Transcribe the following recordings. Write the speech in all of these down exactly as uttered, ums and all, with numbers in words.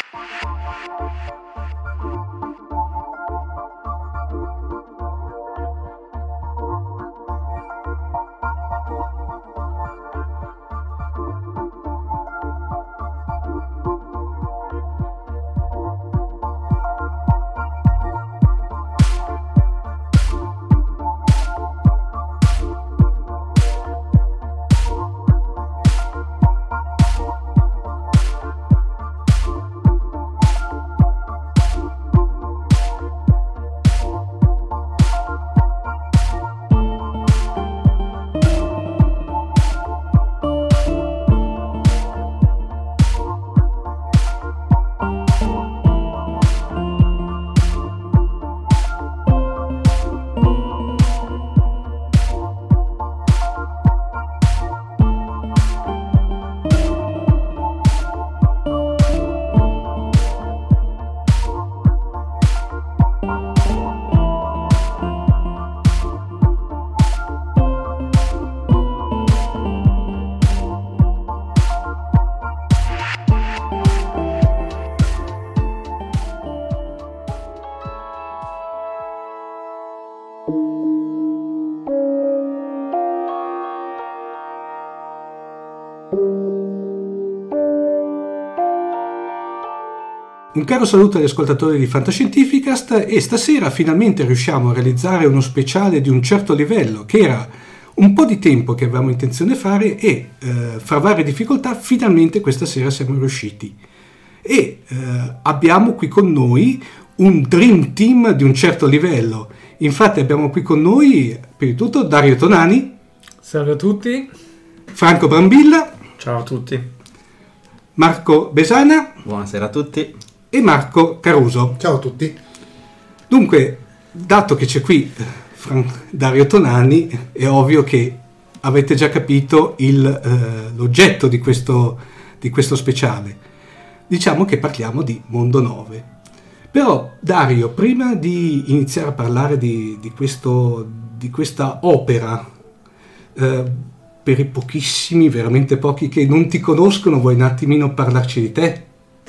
Un caro saluto agli ascoltatori di Fantascientificast, e stasera finalmente riusciamo a realizzare uno speciale di un certo livello che era un po' di tempo che avevamo intenzione di fare e eh, fra varie difficoltà finalmente questa sera siamo riusciti. E eh, abbiamo qui con noi un dream team di un certo livello. Infatti abbiamo qui con noi prima di tutto Dario Tonani. Salve a tutti. Franco Brambilla. Ciao a tutti. Marco Besana. Buonasera a tutti. E Marco Caruso. Ciao a tutti. Dunque, dato che c'è qui Fran- Dario Tonani, è ovvio che avete già capito il, eh, l'oggetto di questo, di questo speciale. Diciamo che parliamo di Mondo nove. Però, Dario, prima di iniziare a parlare di, di, questo, di questa opera, eh, per i pochissimi, veramente pochi che non ti conoscono, vuoi un attimino parlarci di te?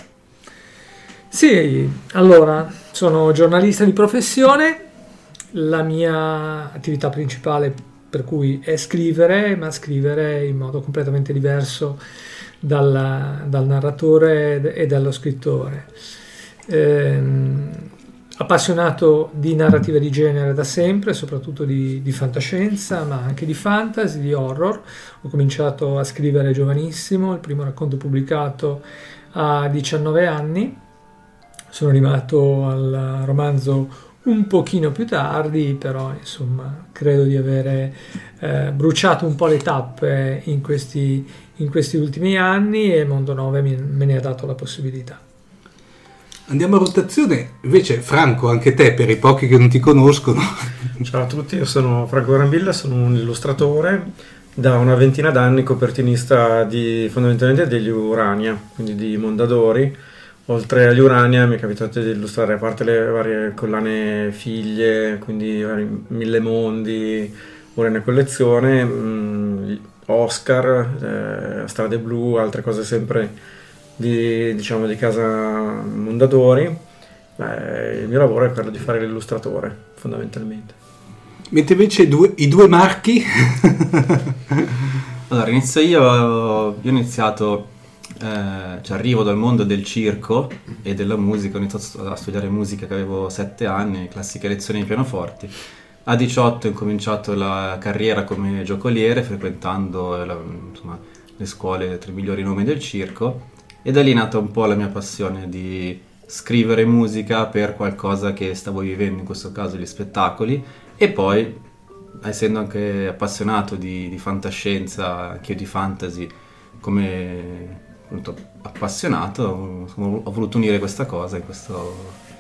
Sì, allora, sono giornalista di professione, la mia attività principale per cui è scrivere, ma scrivere in modo completamente diverso dal, dal narratore e dallo scrittore. Ehm, appassionato di narrativa di genere da sempre, soprattutto di, di fantascienza, ma anche di fantasy, di horror. Ho cominciato a scrivere giovanissimo, il primo racconto pubblicato a diciannove anni. Sono arrivato al romanzo un pochino più tardi, però insomma credo di avere eh, bruciato un po' le tappe in questi, in questi ultimi anni, e Mondo nove mi, me ne ha dato la possibilità. Andiamo a rotazione, invece Franco, anche te, per i pochi che non ti conoscono. Ciao a tutti, io sono Franco Brambilla, sono un illustratore, da una ventina d'anni copertinista di fondamentalmente degli Urania, quindi di Mondadori. Oltre agli Urania mi è capitato di illustrare, a parte le varie collane figlie, quindi vari Mille Mondi, Urania Collezione, mh, Oscar, eh, Strade Blu, altre cose sempre di, diciamo, di casa Mondadori. Beh, il mio lavoro è quello di fare l'illustratore, fondamentalmente. Mentre invece i due, i due marchi? Allora, inizio io, io ho iniziato... Eh, cioè arrivo dal mondo del circo e della musica, ho iniziato a studiare musica che avevo sette anni, classiche lezioni di pianoforti. A diciotto ho incominciato la carriera come giocoliere, frequentando la, insomma, le scuole tra i migliori nomi del circo, e da lì è nata un po' la mia passione di scrivere musica per qualcosa che stavo vivendo, in questo caso gli spettacoli. E poi, essendo anche appassionato di, di fantascienza, anche io di fantasy, come appunto appassionato, ho voluto unire questa cosa in questo,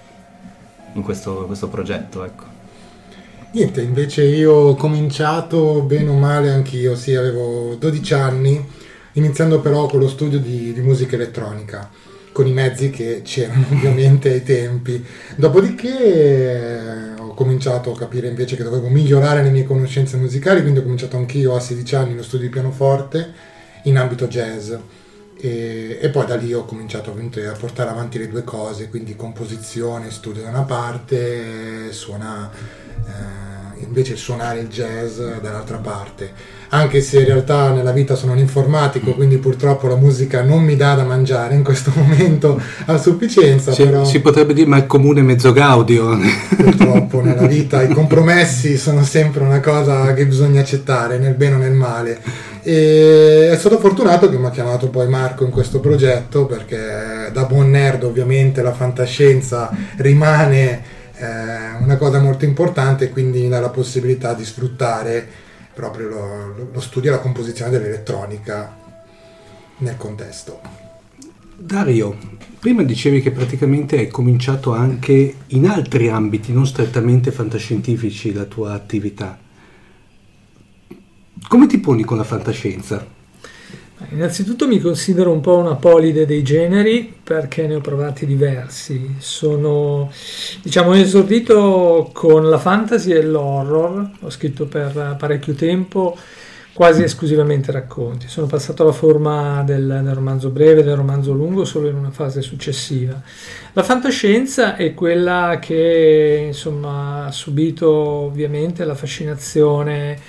in questo, questo progetto, ecco. Niente, invece io ho cominciato bene o male anch'io, sì, avevo dodici anni, iniziando però con lo studio di, di musica elettronica, con i mezzi che c'erano ovviamente ai tempi. Dopodiché eh, ho cominciato a capire invece che dovevo migliorare le mie conoscenze musicali, quindi ho cominciato anch'io a sedici anni lo studio di pianoforte in ambito jazz. e, e poi da lì ho cominciato ovviamente a portare avanti le due cose, quindi composizione, studio da una parte, suona, eh, invece suonare il jazz dall'altra parte. Anche se in realtà nella vita sono un informatico, quindi purtroppo la musica non mi dà da mangiare in questo momento a sufficienza. Si, però si potrebbe dire, ma il comune mezzo gaudio. Purtroppo nella vita i compromessi sono sempre una cosa che bisogna accettare, nel bene o nel male. E è stato fortunato che mi ha chiamato poi Marco in questo progetto, perché da buon nerd ovviamente la fantascienza rimane eh, una cosa molto importante, quindi mi dà la possibilità di sfruttare proprio lo, lo studio e la composizione dell'elettronica nel contesto. Dario, prima dicevi che praticamente hai cominciato anche in altri ambiti, non strettamente fantascientifici, la tua attività. Come ti poni con la fantascienza? Innanzitutto mi considero un po' una polide dei generi, perché ne ho provati diversi. Sono, diciamo, esordito con la fantasy e l'horror, ho scritto per parecchio tempo quasi esclusivamente racconti. Sono passato alla forma del, del romanzo breve, del romanzo lungo solo in una fase successiva. La fantascienza è quella che, insomma, ha subito ovviamente la fascinazione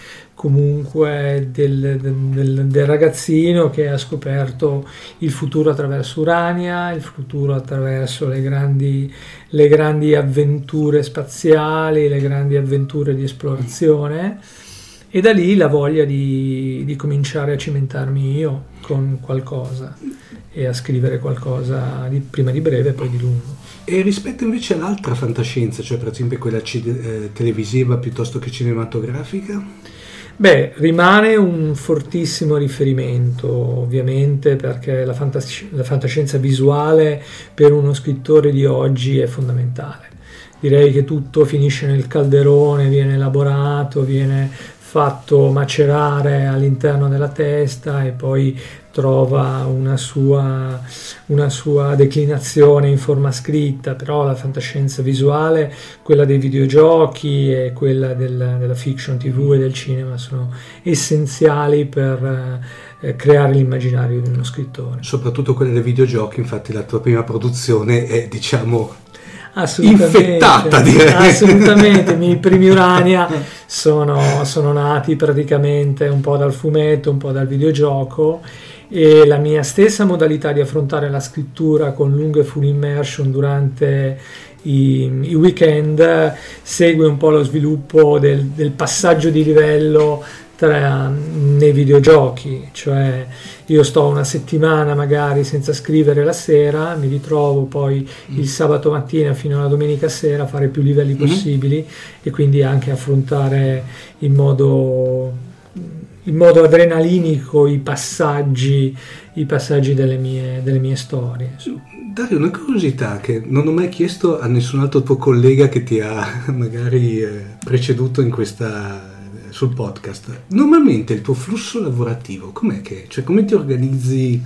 comunque del, del, del ragazzino che ha scoperto il futuro attraverso Urania, il futuro attraverso le grandi, le grandi avventure spaziali, le grandi avventure di esplorazione, e da lì la voglia di, di cominciare a cimentarmi io con qualcosa e a scrivere qualcosa di, prima di breve e poi di lungo. E rispetto invece all'altra fantascienza, cioè per esempio quella c- eh, televisiva piuttosto che cinematografica? Beh, rimane un fortissimo riferimento, ovviamente, perché la, fantas- la fantascienza visuale per uno scrittore di oggi è fondamentale. Direi che tutto finisce nel calderone, viene elaborato, viene fatto macerare all'interno della testa e poi trova una sua, una sua declinazione in forma scritta. Però la fantascienza visuale, quella dei videogiochi e quella del, della fiction tivù e del cinema, sono essenziali per eh, creare l'immaginario di uno scrittore. Soprattutto quella dei videogiochi, infatti la tua prima produzione è, diciamo, assolutamente, infettata, direi. Assolutamente, i miei primi Urania sono, sono nati praticamente un po' dal fumetto, un po' dal videogioco, e la mia stessa modalità di affrontare la scrittura con lunghe full immersion durante i, i weekend segue un po' lo sviluppo del, del passaggio di livello tra, nei videogiochi. Cioè io sto una settimana magari senza scrivere la sera, mi ritrovo poi il sabato mattina fino alla domenica sera a fare più livelli possibili, mm-hmm. e quindi anche affrontare in modo in modo adrenalinico i passaggi i passaggi delle mie, delle mie storie. Dario, una curiosità che non ho mai chiesto a nessun altro tuo collega che ti ha magari eh, preceduto in questa sul podcast. Normalmente il tuo flusso lavorativo com'è che, cioè come ti organizzi?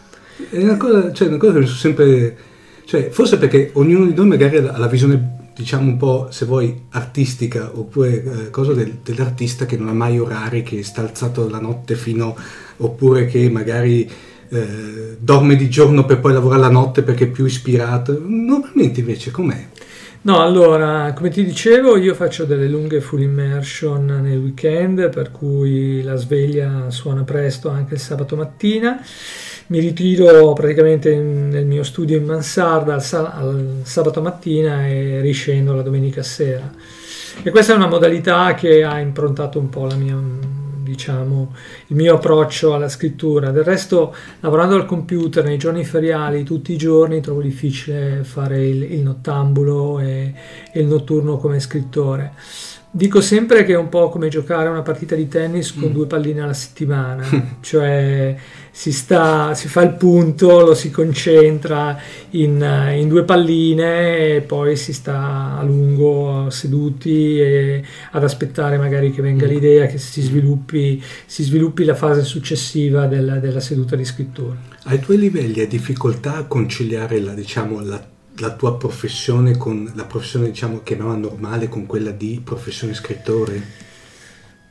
È una cosa, cioè una cosa che mi sono sempre, cioè forse perché ognuno di noi magari ha la visione, diciamo un po', se vuoi, artistica, oppure eh, cosa del, dell'artista che non ha mai orari, che sta alzato la notte fino, oppure che magari eh, dorme di giorno per poi lavorare la notte perché è più ispirato. Normalmente invece com'è? No, allora, come ti dicevo, io faccio delle lunghe full immersion nel weekend, per cui la sveglia suona presto anche il sabato mattina. Mi ritiro praticamente nel mio studio in mansarda al, sa- al sabato mattina e riscendo la domenica sera. E questa è una modalità che ha improntato un po' la mia, diciamo, il mio approccio alla scrittura. Del resto, lavorando al computer nei giorni feriali tutti i giorni, trovo difficile fare il, il nottambulo e, e il notturno come scrittore. Dico sempre che è un po' come giocare una partita di tennis con mm. due palline alla settimana, cioè si sta, si fa il punto, lo si concentra in, in due palline e poi si sta a lungo seduti e ad aspettare magari che venga mm. l'idea, che si sviluppi, si sviluppi la fase successiva della, della seduta di scrittura. Ai tuoi livelli hai difficoltà a conciliare la, diciamo, la la tua professione con la professione, diciamo, chiamiamola normale, con quella di professione scrittore?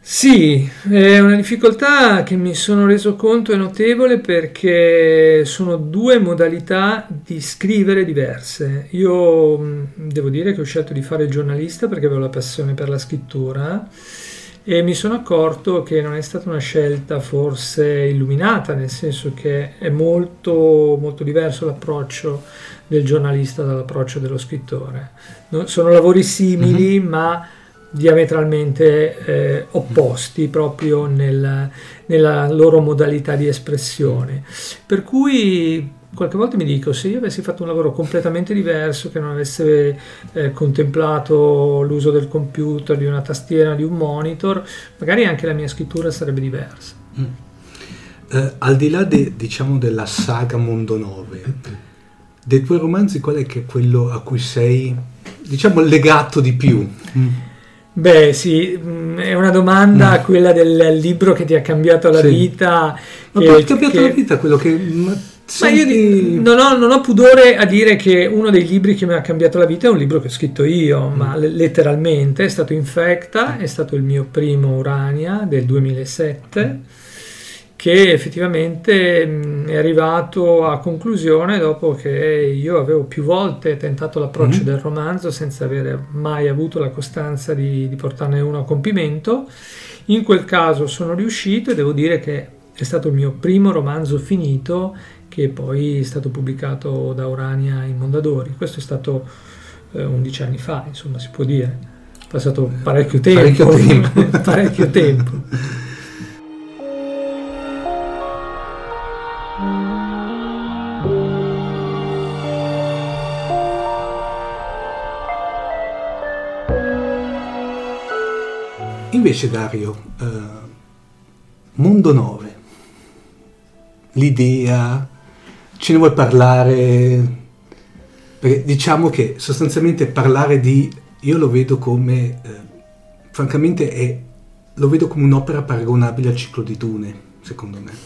Sì, è una difficoltà che mi sono reso conto è notevole perché sono due modalità di scrivere diverse. Io mh, devo dire che ho scelto di fare il giornalista perché avevo la passione per la scrittura e mi sono accorto che non è stata una scelta forse illuminata, nel senso che è molto, molto diverso l'approccio del giornalista dall'approccio dello scrittore. No, sono lavori simili, mm-hmm. ma diametralmente eh, opposti proprio nel, nella loro modalità di espressione, per cui qualche volta mi dico, se io avessi fatto un lavoro completamente diverso, che non avesse eh, contemplato l'uso del computer, di una tastiera, di un monitor, magari anche la mia scrittura sarebbe diversa. mm. eh, al di là de, diciamo della saga Mondo nove, dei tuoi romanzi qual è che è quello a cui sei, diciamo, legato di più? mm. Beh sì, è una domanda, mm. quella del libro che ti ha cambiato la sì. vita. Ma che, poi ti ha cambiato che... la vita quello che... Ma, ma io non ho, non ho pudore a dire che uno dei libri che mi ha cambiato la vita è un libro che ho scritto io, mm. ma letteralmente è stato Infecta, è stato il mio primo Urania del duemilasette, mm. che effettivamente mh, è arrivato a conclusione dopo che io avevo più volte tentato l'approccio mm. del romanzo senza avere mai avuto la costanza di, di portarne uno a compimento. In quel caso sono riuscito e devo dire che è stato il mio primo romanzo finito, che poi è stato pubblicato da Urania in Mondadori. Questo è stato eh, undici anni fa, insomma, si può dire. È passato parecchio tempo. Parecchio tempo. parecchio tempo. Invece Dario, uh, Mondo nove, l'idea, ce ne vuoi parlare? Perché diciamo che sostanzialmente parlare di, io lo vedo come, eh, francamente è, lo vedo come un'opera paragonabile al ciclo di Dune, secondo me.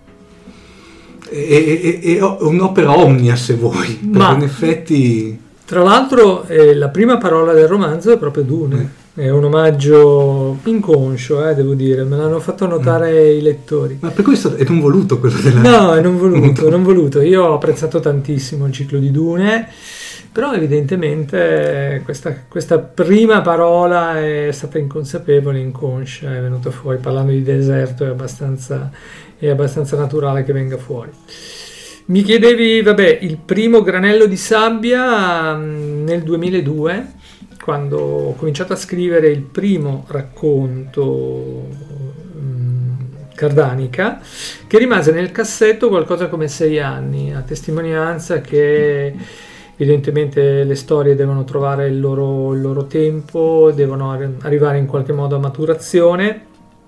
È, è, è un'opera omnia, se vuoi, perché Ma, in effetti... Tra l'altro eh, la prima parola del romanzo è proprio Dune. Eh. È un omaggio inconscio, eh, devo dire, me l'hanno fatto notare mm. i lettori. Ma per questo è non voluto quello della... No, è non voluto, non voluto. Io ho apprezzato tantissimo il ciclo di Dune, però evidentemente questa, questa prima parola è stata inconsapevole, inconscia, è venuta fuori. Parlando di deserto è abbastanza, è abbastanza naturale che venga fuori. Mi chiedevi, vabbè, il primo granello di sabbia nel duemiladue, quando ho cominciato a scrivere il primo racconto mh, Cardanica, che rimase nel cassetto qualcosa come sei anni, a testimonianza che evidentemente le storie devono trovare il loro, il loro tempo, devono arrivare in qualche modo a maturazione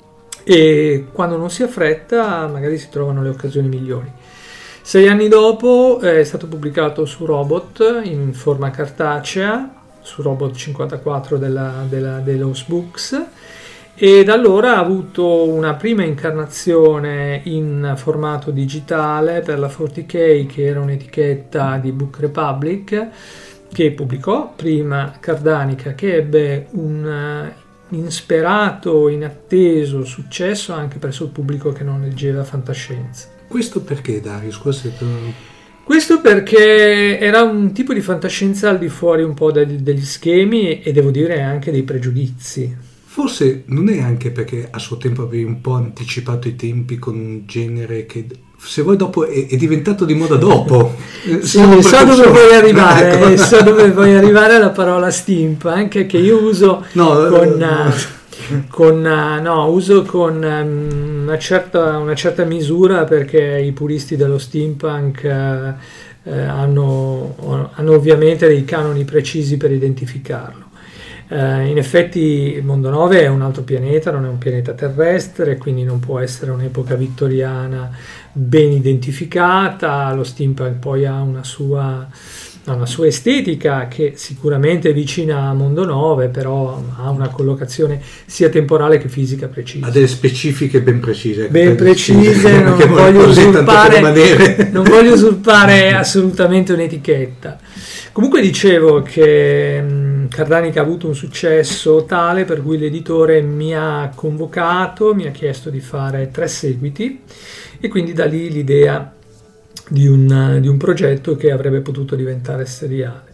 e quando non si ha fretta magari si trovano le occasioni migliori. Sei anni dopo è stato pubblicato su Robot in forma cartacea, su Robot cinquantaquattro della, della, dell'House Books, e da allora ha avuto una prima incarnazione in formato digitale per la forty K, che era un'etichetta di Book Republic, che pubblicò prima Cardanica, che ebbe un insperato, inatteso successo anche presso il pubblico che non leggeva fantascienza. Questo perché, Dario? Scusa se tu... Questo perché era un tipo di fantascienza al di fuori un po' degli, degli schemi e devo dire anche dei pregiudizi. Forse non è anche perché a suo tempo avevi un po' anticipato i tempi con un genere che, se vuoi, dopo è, è diventato di moda dopo. Sì, so dove vuoi arrivare, ecco. so dove vuoi arrivare alla parola steampunk, che io uso no, con... No. Uh, con no uso con um, una certa una certa misura, perché i puristi dello steampunk uh, uh, hanno, hanno ovviamente dei canoni precisi per identificarlo. Uh, in effetti Mondo nove è un altro pianeta, non è un pianeta terrestre, quindi non può essere un'epoca vittoriana ben identificata. Lo steampunk poi ha una sua ha una sua estetica che sicuramente è vicina a Mondo nove, però ha una collocazione sia temporale che fisica precisa. Ha delle specifiche ben precise. Ben precise, non voglio, usurpare, non voglio usurpare assolutamente un'etichetta. Comunque dicevo che mh, Cardanica ha avuto un successo tale per cui l'editore mi ha convocato, mi ha chiesto di fare tre seguiti, e quindi da lì l'idea di un, di un progetto che avrebbe potuto diventare seriale.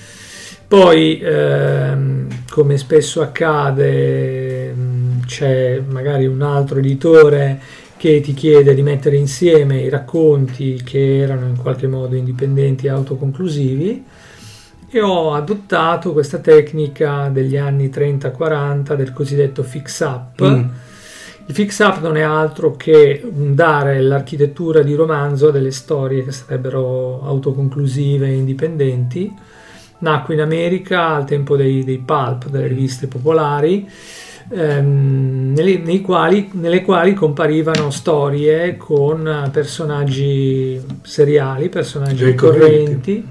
Poi, ehm, come spesso accade, mh, c'è magari un altro editore che ti chiede di mettere insieme i racconti che erano in qualche modo indipendenti e autoconclusivi, e ho adottato questa tecnica degli anni trenta quaranta del cosiddetto fix-up. Mm. Il fix-up non è altro che dare l'architettura di romanzo a delle storie che sarebbero autoconclusive e indipendenti. Nacque in America al tempo dei, dei pulp, delle riviste popolari, ehm, nelle, nei quali, nelle quali comparivano storie con personaggi seriali, personaggi ricorrenti.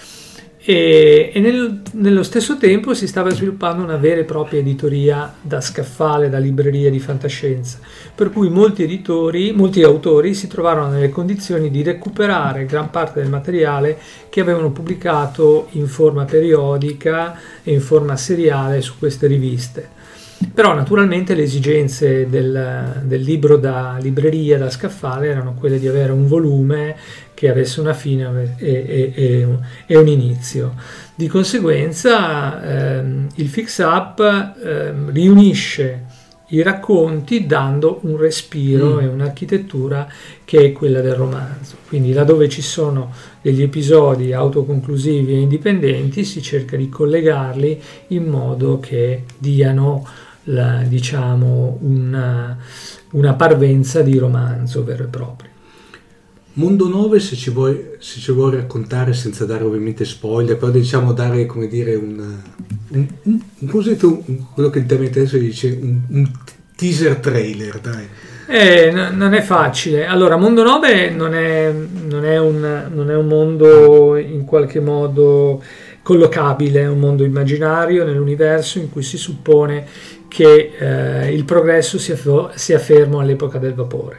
E, e nel, nello stesso tempo si stava sviluppando una vera e propria editoria da scaffale, da libreria di fantascienza, per cui molti editori, molti autori si trovarono nelle condizioni di recuperare gran parte del materiale che avevano pubblicato in forma periodica e in forma seriale su queste riviste. Però naturalmente le esigenze del, del libro da libreria, da scaffale, erano quelle di avere un volume che avesse una fine e, e, e un inizio. Di conseguenza ehm, il fix-up ehm, riunisce i racconti dando un respiro mm. e un'architettura che è quella del romanzo. Quindi laddove ci sono degli episodi autoconclusivi e indipendenti si cerca di collegarli in modo che diano la, diciamo una, una parvenza di romanzo vero e proprio. Mondo nove, se ci vuoi, se ci vuoi raccontare senza dare ovviamente spoiler, però diciamo dare, come dire, un, un, un, un cosiddetto, un, quello che in termini tedesco dice un, un teaser trailer, dai. Eh, n- non è facile. Allora, Mondo nove non è, non è, un, non è un mondo in qualche modo collocabile, è un mondo immaginario nell'universo in cui si suppone che eh, il progresso sia, sia fermo all'epoca del vapore.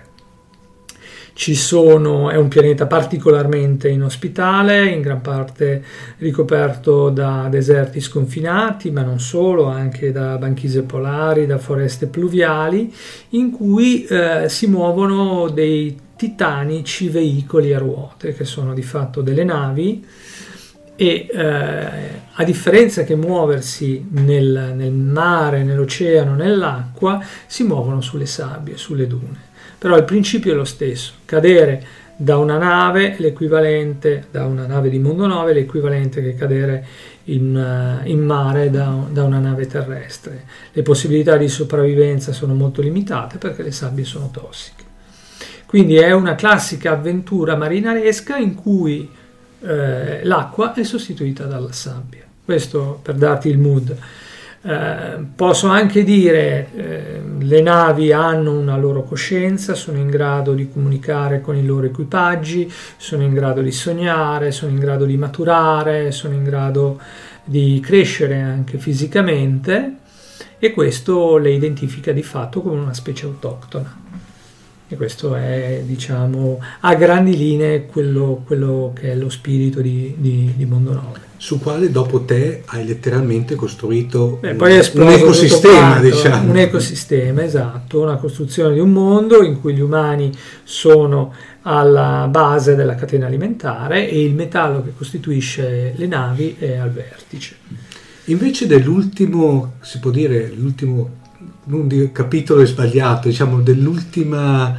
Ci sono, è un pianeta particolarmente inospitale, in gran parte ricoperto da deserti sconfinati, ma non solo, anche da banchise polari, da foreste pluviali, in cui eh, si muovono dei titanici veicoli a ruote, che sono di fatto delle navi, e eh, a differenza che muoversi nel, nel mare, nell'oceano, nell'acqua, si muovono sulle sabbie, sulle dune. Però il principio è lo stesso: cadere da una nave, l'equivalente, da una nave di Mondo nove, l'equivalente che cadere in, in mare da, da una nave terrestre. Le possibilità di sopravvivenza sono molto limitate perché le sabbie sono tossiche. Quindi è una classica avventura marinaresca in cui eh, l'acqua è sostituita dalla sabbia. Questo per darti il mood. Eh, posso anche dire eh, le navi hanno una loro coscienza, sono in grado di comunicare con i loro equipaggi, sono in grado di sognare, sono in grado di maturare, sono in grado di crescere anche fisicamente, e questo le identifica di fatto come una specie autoctona. E questo è, diciamo, a grandi linee quello, quello che è lo spirito di, di, di Mondo nove. Su quale dopo te hai letteralmente costruito Beh, un, poi è un ecosistema, quanto, diciamo. Un ecosistema, esatto, una costruzione di un mondo in cui gli umani sono alla base della catena alimentare e il metallo che costituisce le navi è al vertice. Invece dell'ultimo, si può dire, l'ultimo, non dire capitolo è sbagliato, diciamo dell'ultima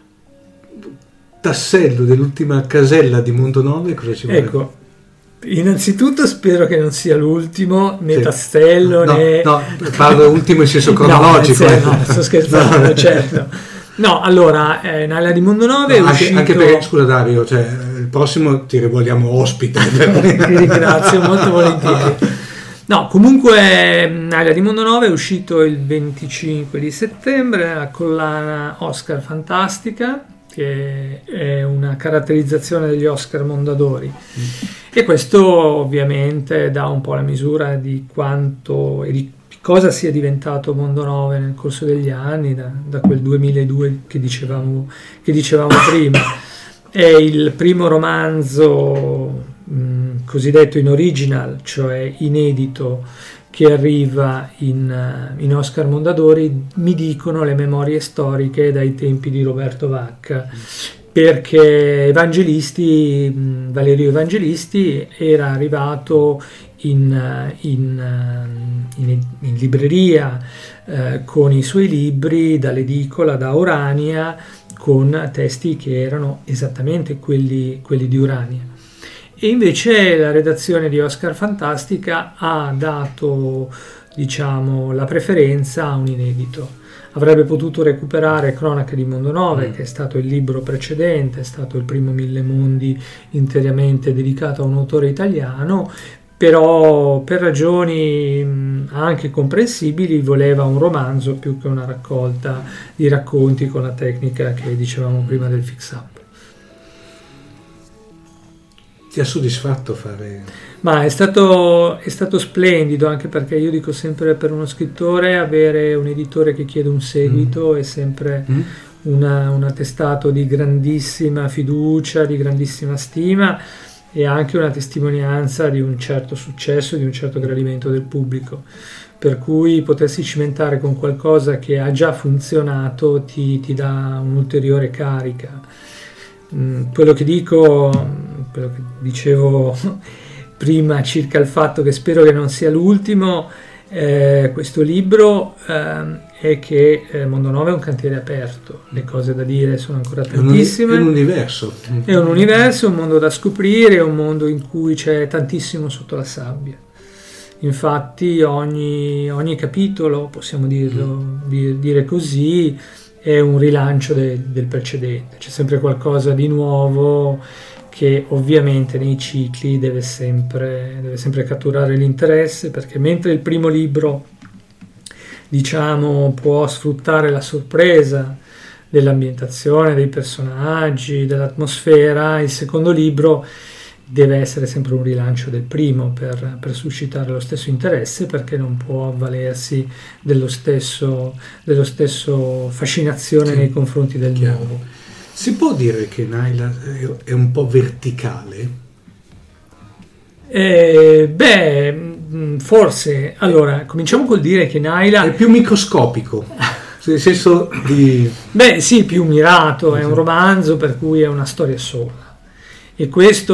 tassello, dell'ultima casella di Mondo nove, cosa ci vuole? Ecco, innanzitutto spero che non sia l'ultimo, né sì. tassello, no, né... No, parlo ultimo in senso cronologico. No, no, sto scherzando, no. Certo. No, allora, eh, nella di Mondo nove no, è anche, uscito... anche perché, scusa Dario, cioè, il prossimo ti rivolgiamo ospite. Ti ringrazio molto volentieri. No, comunque Naila di Mondo nove è uscito il venticinque di settembre nella collana Oscar Fantastica, che è una caratterizzazione degli Oscar Mondadori. Mm. E questo ovviamente dà un po' la misura di quanto e di cosa sia diventato Mondo nove nel corso degli anni, da, da quel duemiladue che dicevamo, che dicevamo prima. È il primo romanzo mh, cosiddetto in original, cioè inedito, che arriva in, in Oscar Mondadori, mi dicono le memorie storiche dai tempi di Roberto Vacca, perché Evangelisti, mh, Valerio Evangelisti era arrivato in, in, in, in libreria eh, con i suoi libri dall'edicola, da Urania, con testi che erano esattamente quelli, quelli di Urania. E invece la redazione di Oscar Fantastica ha dato, diciamo, la preferenza a un inedito. Avrebbe potuto recuperare Cronache di Mondo nove, mm. che è stato il libro precedente, è stato il primo Mille Mondi interamente dedicato a un autore italiano, però per ragioni anche comprensibili voleva un romanzo più che una raccolta di racconti con la tecnica che dicevamo prima del fix-up. Ti ha soddisfatto fare? Ma è stato, è stato splendido, anche perché io dico sempre, per uno scrittore avere un editore che chiede un seguito mm. è sempre mm. una, un attestato di grandissima fiducia, di grandissima stima, e anche una testimonianza di un certo successo, di un certo gradimento del pubblico, per cui potersi cimentare con qualcosa che ha già funzionato ti, ti dà un'ulteriore carica. Mm, quello che dico, quello che dicevo prima circa il fatto che spero che non sia l'ultimo, eh, questo libro eh, è che eh, Mondo nove è un cantiere aperto, le cose da dire sono ancora tantissime, è un universo, è un universo, un mondo da scoprire, un mondo in cui c'è tantissimo sotto la sabbia. Infatti ogni, ogni capitolo, possiamo dirlo, di, dire così, è un rilancio de, del precedente, c'è sempre qualcosa di nuovo che ovviamente nei cicli deve sempre, deve sempre catturare l'interesse, perché mentre il primo libro, diciamo, può sfruttare la sorpresa dell'ambientazione, dei personaggi, dell'atmosfera, il secondo libro deve essere sempre un rilancio del primo per, per suscitare lo stesso interesse, perché non può avvalersi dello stesso, dello stesso fascinazione sì, nei confronti del chiaro. Nuovo. Si può dire che Naila è un po' verticale? Eh, beh, forse. Allora, cominciamo col dire che Naila è più microscopico, nel senso di... Beh, sì, più mirato, è un romanzo per cui è una storia sola. E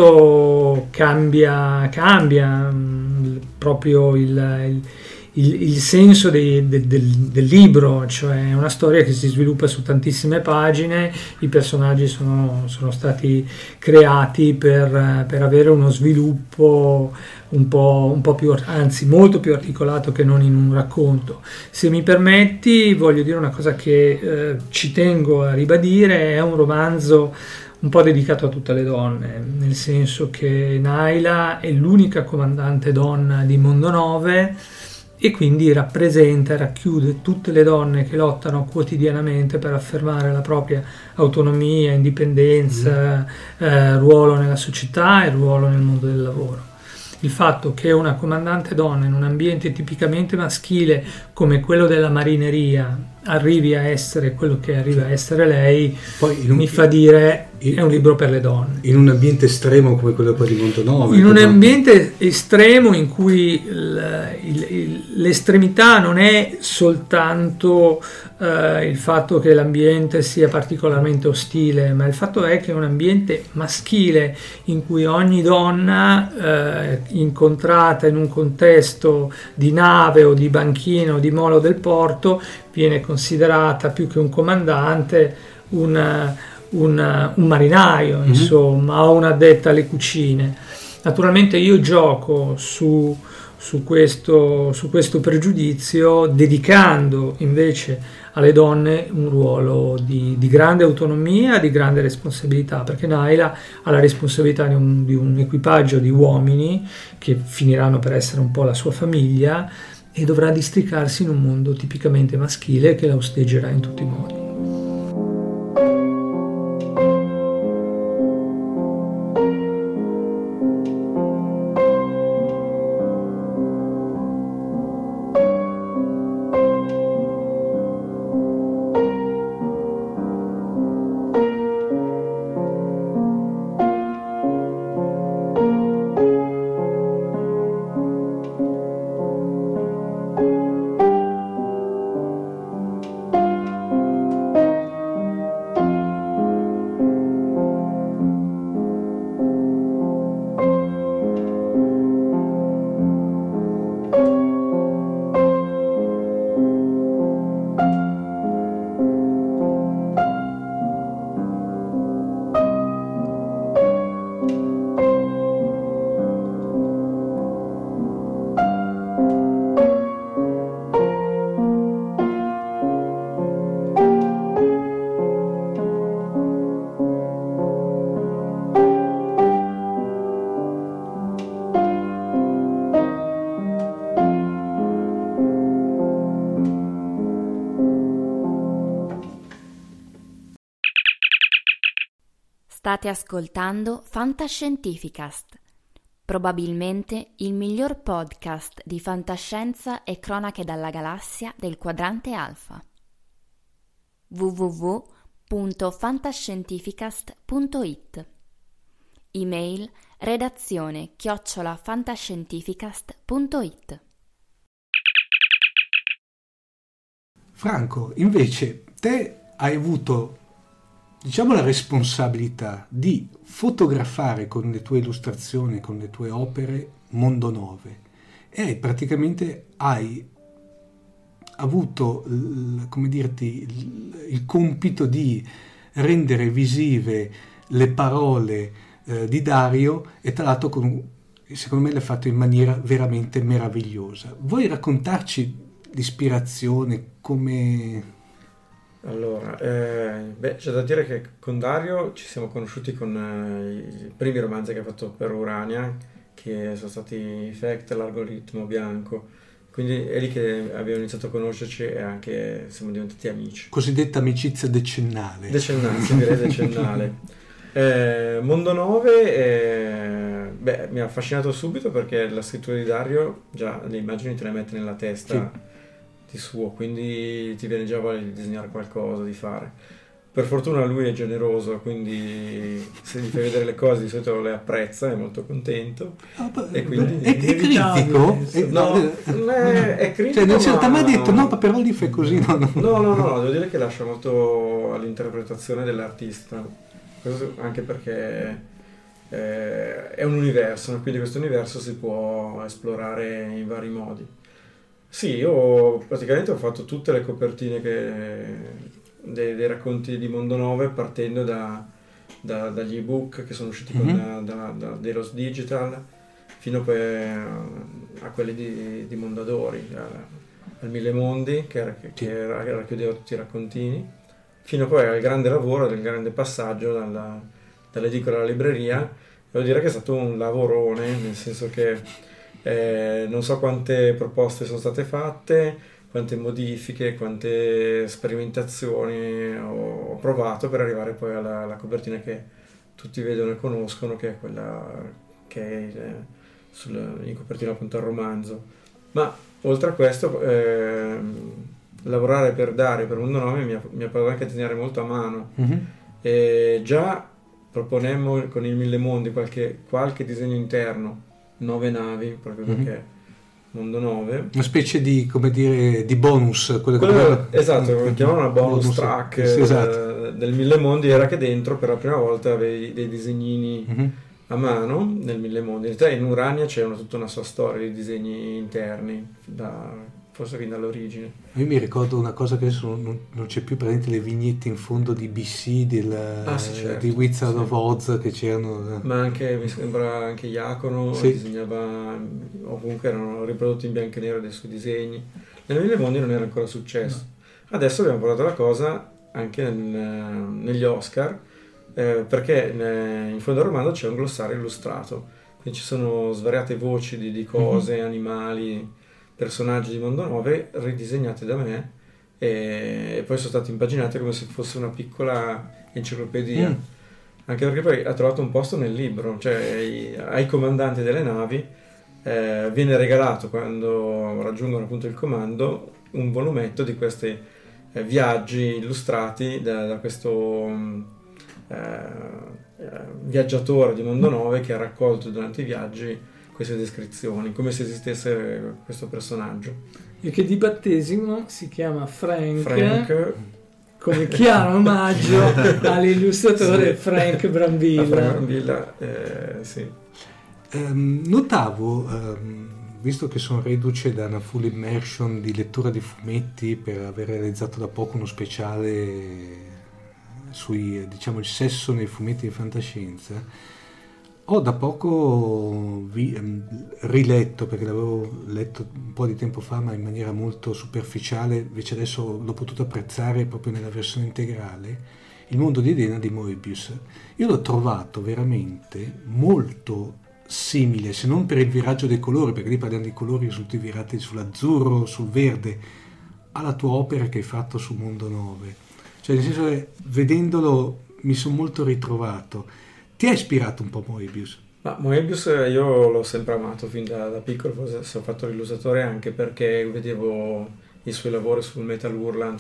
questo cambia, cambia mh, proprio il... il Il, il senso dei, de, del, del libro, cioè è una storia che si sviluppa su tantissime pagine, i personaggi sono, sono stati creati per, per avere uno sviluppo un po', un po' più, anzi molto più articolato che non in un racconto. Se mi permetti, voglio dire una cosa che eh, ci tengo a ribadire: è un romanzo un po' dedicato a tutte le donne, nel senso che Naila è l'unica comandante donna di Mondo nove, e quindi rappresenta e racchiude tutte le donne che lottano quotidianamente per affermare la propria autonomia, indipendenza, mm. eh, ruolo nella società e ruolo nel mondo del lavoro. Il fatto che una comandante donna in un ambiente tipicamente maschile come quello della marineria arrivi a essere quello che arriva a essere lei, poi un, mi fa dire in, è un libro per le donne. In un ambiente estremo come quello poi di Mondo nove. In un ambiente estremo in cui il, il, il, l'estremità non è soltanto eh, il fatto che l'ambiente sia particolarmente ostile, ma il fatto è che è un ambiente maschile in cui ogni donna eh, incontrata in un contesto di nave o di banchina o di molo del porto viene considerata più che un comandante un, un, un marinaio, mm-hmm. insomma, o un'addetta alle cucine. Naturalmente io gioco su, su, questo, su questo pregiudizio, dedicando invece alle donne un ruolo di, di grande autonomia, di grande responsabilità, perché Naila ha la responsabilità di un, di un equipaggio di uomini che finiranno per essere un po' la sua famiglia, e dovrà districarsi in un mondo tipicamente maschile che la osteggerà in tutti i modi. State ascoltando Fantascientificast, probabilmente il miglior podcast di fantascienza e cronache dalla galassia del quadrante alfa. w w w punto fantascientificast punto i t. Email redazione chiocciola fantascientificast punto i t. Franco, invece, te hai avuto, diciamo, la responsabilità di fotografare con le tue illustrazioni, con le tue opere, Mondo nove, e praticamente hai avuto, come dirti, il, il compito di rendere visive le parole eh, di Dario, e tra l'altro con, secondo me l'hai fatto in maniera veramente meravigliosa. Vuoi raccontarci l'ispirazione, come... Allora, eh, beh, c'è da dire che con Dario ci siamo conosciuti con eh, i primi romanzi che ha fatto per Urania, che sono stati Fact, l'algoritmo bianco, quindi è lì che abbiamo iniziato a conoscerci e anche siamo diventati amici. Cosiddetta amicizia decennale. Decennale, si direi decennale. Eh, Mondo nove eh, beh, mi ha affascinato subito perché la scrittura di Dario già le immagini te le mette nella testa, sì, di suo, quindi ti viene già voglia di disegnare qualcosa, di fare. Per fortuna lui è generoso, quindi se gli fai vedere le cose di solito le apprezza, è molto contento. Oh, e quindi è, è critico? È, no, è, è critico, cioè, non ma... ti ha mai detto no, però lì fai così. No, no, no, no, no, devo dire che lascia molto all'interpretazione dell'artista, questo anche perché eh, è un universo, quindi questo universo si può esplorare in vari modi. Sì, io praticamente ho fatto tutte le copertine che, dei, dei racconti di Mondo nove, partendo da, da, dagli ebook che sono usciti mm-hmm. con da, da, Delos Digital, fino poi a, a quelli di, di Mondadori, a, al Mille Mondi, che, era, che, che era, racchiudeva tutti i raccontini, fino poi al grande lavoro, del grande passaggio dalla, dall'edicola alla libreria. Devo dire che è stato un lavorone, nel senso che Eh, non so quante proposte sono state fatte, quante modifiche, quante sperimentazioni ho, ho provato per arrivare poi alla, alla copertina che tutti vedono e conoscono, che è quella che è eh, sul, in copertina appunto al romanzo. Ma oltre a questo eh, lavorare per Dario, per Mondo nove mi ha, mi ha parlato anche a disegnare molto a mano. Mm-hmm. E già proponemmo con il Mille Mondi qualche, qualche disegno interno, nove navi, proprio mm-hmm. perché Mondo nove, una specie di, come dire, di bonus, quello quello, che esatto, lo chiamavano una bonus, bonus track sì, esatto. eh, del Mille Mondi. Era che dentro per la prima volta avevi dei disegnini mm-hmm. a mano nel Mille Mondi. In realtà in Urania c'è una, tutta una sua storia di disegni interni, da, forse fin dall'origine. Io mi ricordo una cosa che adesso non, non c'è più presente, le vignette in fondo di B C, del, ah, sì, certo, di Wizard sì. of Oz, che c'erano. Ma anche, mi sembra, anche Iacono sì. disegnava, ovunque erano riprodotti in bianco e nero dei suoi disegni. Nel Mille Mondi non era ancora successo. No. Adesso abbiamo portato la cosa anche nel, negli Oscar, eh, perché in fondo al romanzo c'è un glossario illustrato, quindi ci sono svariate voci di, di cose, mm-hmm. animali, personaggi di Mondo nove ridisegnati da me e, e poi sono stati impaginati come se fosse una piccola enciclopedia, mm. anche perché poi ha trovato un posto nel libro, cioè ai, ai comandanti delle navi eh, viene regalato, quando raggiungono appunto il comando, un volumetto di questi eh, viaggi illustrati da, da questo eh, viaggiatore di Mondo nove che ha raccolto durante i viaggi queste descrizione, come se esistesse questo personaggio. E che di battesimo si chiama Frank, Frank come chiaro omaggio all'illustratore sì. Frank Brambilla. Frank Brambilla, eh, sì. Um, notavo, um, visto che sono reduce da una full immersion di lettura di fumetti per aver realizzato da poco uno speciale sui, diciamo, il sesso nei fumetti di fantascienza, ho da poco vi, um, riletto, perché l'avevo letto un po' di tempo fa ma in maniera molto superficiale, invece adesso l'ho potuto apprezzare proprio nella versione integrale, Il mondo di Edena di Moebius. Io l'ho trovato veramente molto simile, se non per il viraggio dei colori, perché lì parliamo di colori tutti virati sull'azzurro, sul verde, alla tua opera che hai fatto su Mondo nove. Cioè nel senso che vedendolo mi sono molto ritrovato. Ti ha ispirato un po' Moebius? Ma Moebius io l'ho sempre amato fin da, da piccolo, forse ho fatto l'illustratore anche perché vedevo i suoi lavori sul Metal Hurlant,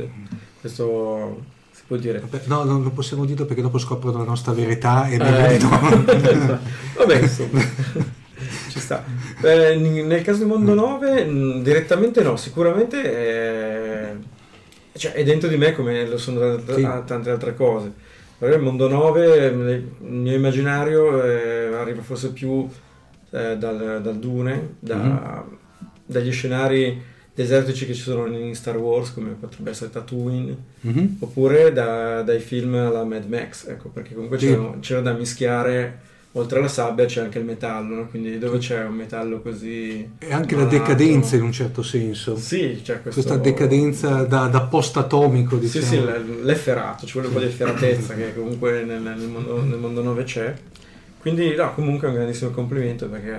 questo si può dire. Vabbè, no, non lo possiamo dire perché dopo scoprono la nostra verità e eh, meglio no. Vabbè, insomma, ci sta. Eh, nel caso di Mondo nove mh, direttamente no, sicuramente è, cioè, è dentro di me come lo sono t- sì. tante altre cose. Il Mondo nove, il mio immaginario eh, arriva forse più eh, dal, dal Dune, da, mm-hmm. dagli scenari desertici che ci sono in Star Wars, come potrebbe essere Tatooine, mm-hmm. oppure da, dai film alla Mad Max, ecco, perché comunque sì. c'era, c'era da mischiare. Oltre alla sabbia c'è anche il metallo, no? Quindi dove c'è un metallo così... E anche malato. La decadenza in un certo senso. Sì, c'è questo... questa decadenza da, da post-atomico, diciamo. Sì, sì, l'efferato, ci vuole un po' di efferatezza che comunque nel, nel, mondo, nel mondo nove c'è. Quindi no, comunque è un grandissimo complimento perché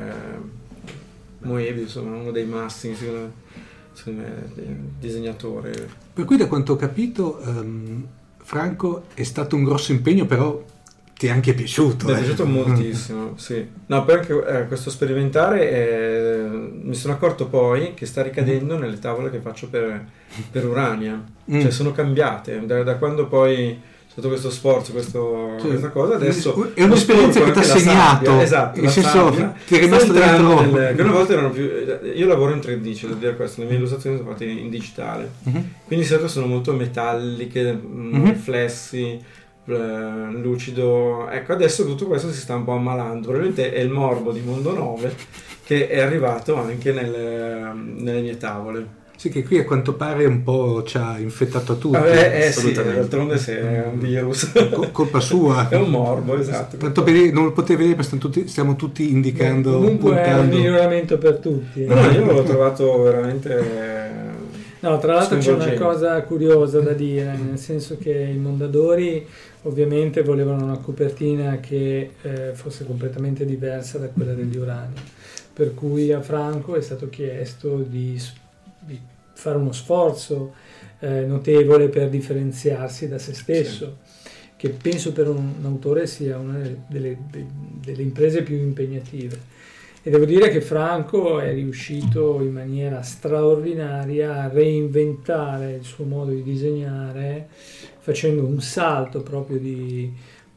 Moebius insomma, è uno dei massimi, secondo me, secondo me disegnatore. Per cui da quanto ho capito, um, Franco, è stato un grosso impegno, però... ti è anche piaciuto? Mi è eh? piaciuto moltissimo, sì. No, perché eh, questo sperimentare eh, mi sono accorto poi che sta ricadendo nelle tavole che faccio per, per Urania, mm. cioè sono cambiate da, da quando poi c'è stato questo sforzo, questo, cioè, questa cosa adesso è un'esperienza che ti ha segnato, sabbia, esatto, nel senso sabbia, ti è rimasto dentro nel, che una volta erano più, io lavoro in tre D, c'è da dire questo, le mie illustrazioni sono fatte in digitale, mm-hmm. quindi di solito sono molto metalliche, mm-hmm. riflessi, lucido. Ecco, adesso tutto questo si sta un po' ammalando, probabilmente è il morbo di Mondo nove che è arrivato anche nelle, nelle mie tavole. Sì, che qui a quanto pare un po' ci ha infettato a tutti. Eh, eh sì, d'altronde se è un virus Col- colpa sua è un morbo, esatto. Tanto per, non lo potete vedere perché stiamo tutti, stiamo tutti indicando. Beh, comunque puntando. è un miglioramento per tutti. No, io l'ho trovato veramente. No, tra l'altro c'è una cosa curiosa da dire, nel senso che i Mondadori ovviamente volevano una copertina che eh, fosse completamente diversa da quella degli Urania, per cui a Franco è stato chiesto di, di fare uno sforzo eh, notevole per differenziarsi da se stesso, sì. che penso per un, un autore sia una delle, delle imprese più impegnative. E devo dire che Franco è riuscito in maniera straordinaria a reinventare il suo modo di disegnare, facendo un salto proprio di,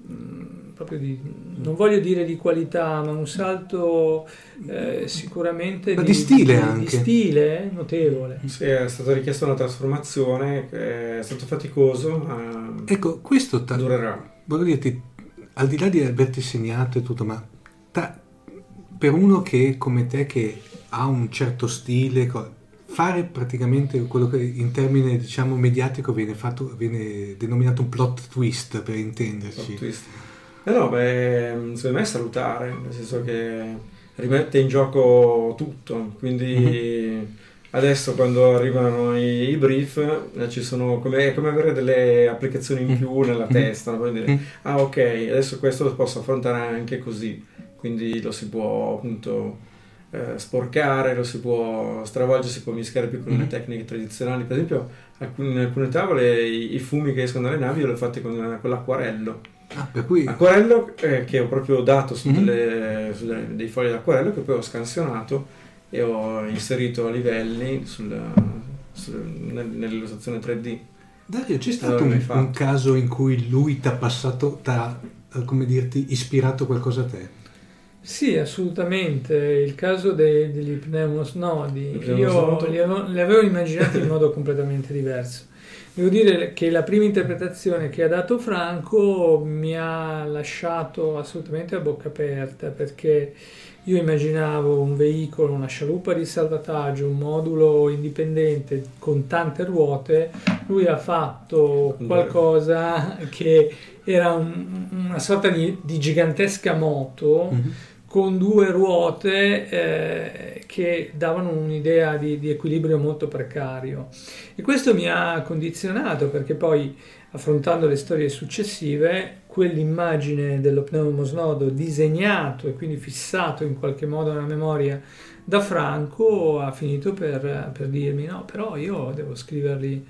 proprio di non voglio dire di qualità, ma un salto eh, sicuramente ma di, di stile di, anche. Di stile notevole. Sì, è stata richiesta una trasformazione, che è stato faticoso, ma ecco, questo ta- durerà. Voglio dirti, al di là di averti segnato e tutto, ma ta- per uno che come te che ha un certo stile, fare praticamente quello che in termine diciamo mediatico viene fatto, viene denominato un plot twist, per intenderci. Plot twist. Eh no, beh, secondo me è salutare, nel senso che rimette in gioco tutto, quindi mm-hmm. adesso quando arrivano i, i brief eh, ci sono come, è come avere delle applicazioni in più mm-hmm. nella testa, no? Puoi dire, mm-hmm. ah ok, adesso questo lo posso affrontare anche così. Quindi lo si può appunto eh, sporcare, lo si può stravolgere, si può mischiare più con mm-hmm. le tecniche tradizionali. Per esempio alcune, in alcune tavole i, i fumi che escono dalle navi io li ho fatti con, con l'acquarello. Ah, per cui... Acquarello eh, che ho proprio dato su, mm-hmm. delle, su delle, dei fogli d'acquarello che poi ho scansionato e ho inserito a livelli sul, sul, nell'illustrazione tre D. Dario, c'è stato un, un caso in cui lui ti ha passato, ti ha, come dirti, ispirato qualcosa a te? Sì, assolutamente. Il caso dei, degli pneumosnodi, io li avevo, li avevo immaginati in modo completamente diverso. Devo dire che la prima interpretazione che ha dato Franco mi ha lasciato assolutamente a bocca aperta, perché io immaginavo un veicolo, una scialuppa di salvataggio, un modulo indipendente con tante ruote. Lui ha fatto qualcosa che era un, una sorta di, di gigantesca moto mm-hmm. con due ruote eh, che davano un'idea di, di equilibrio molto precario, e questo mi ha condizionato, perché poi affrontando le storie successive quell'immagine dello pneumosnodo disegnato e quindi fissato in qualche modo nella memoria da Franco ha finito per, per dirmi no, però io devo scriverli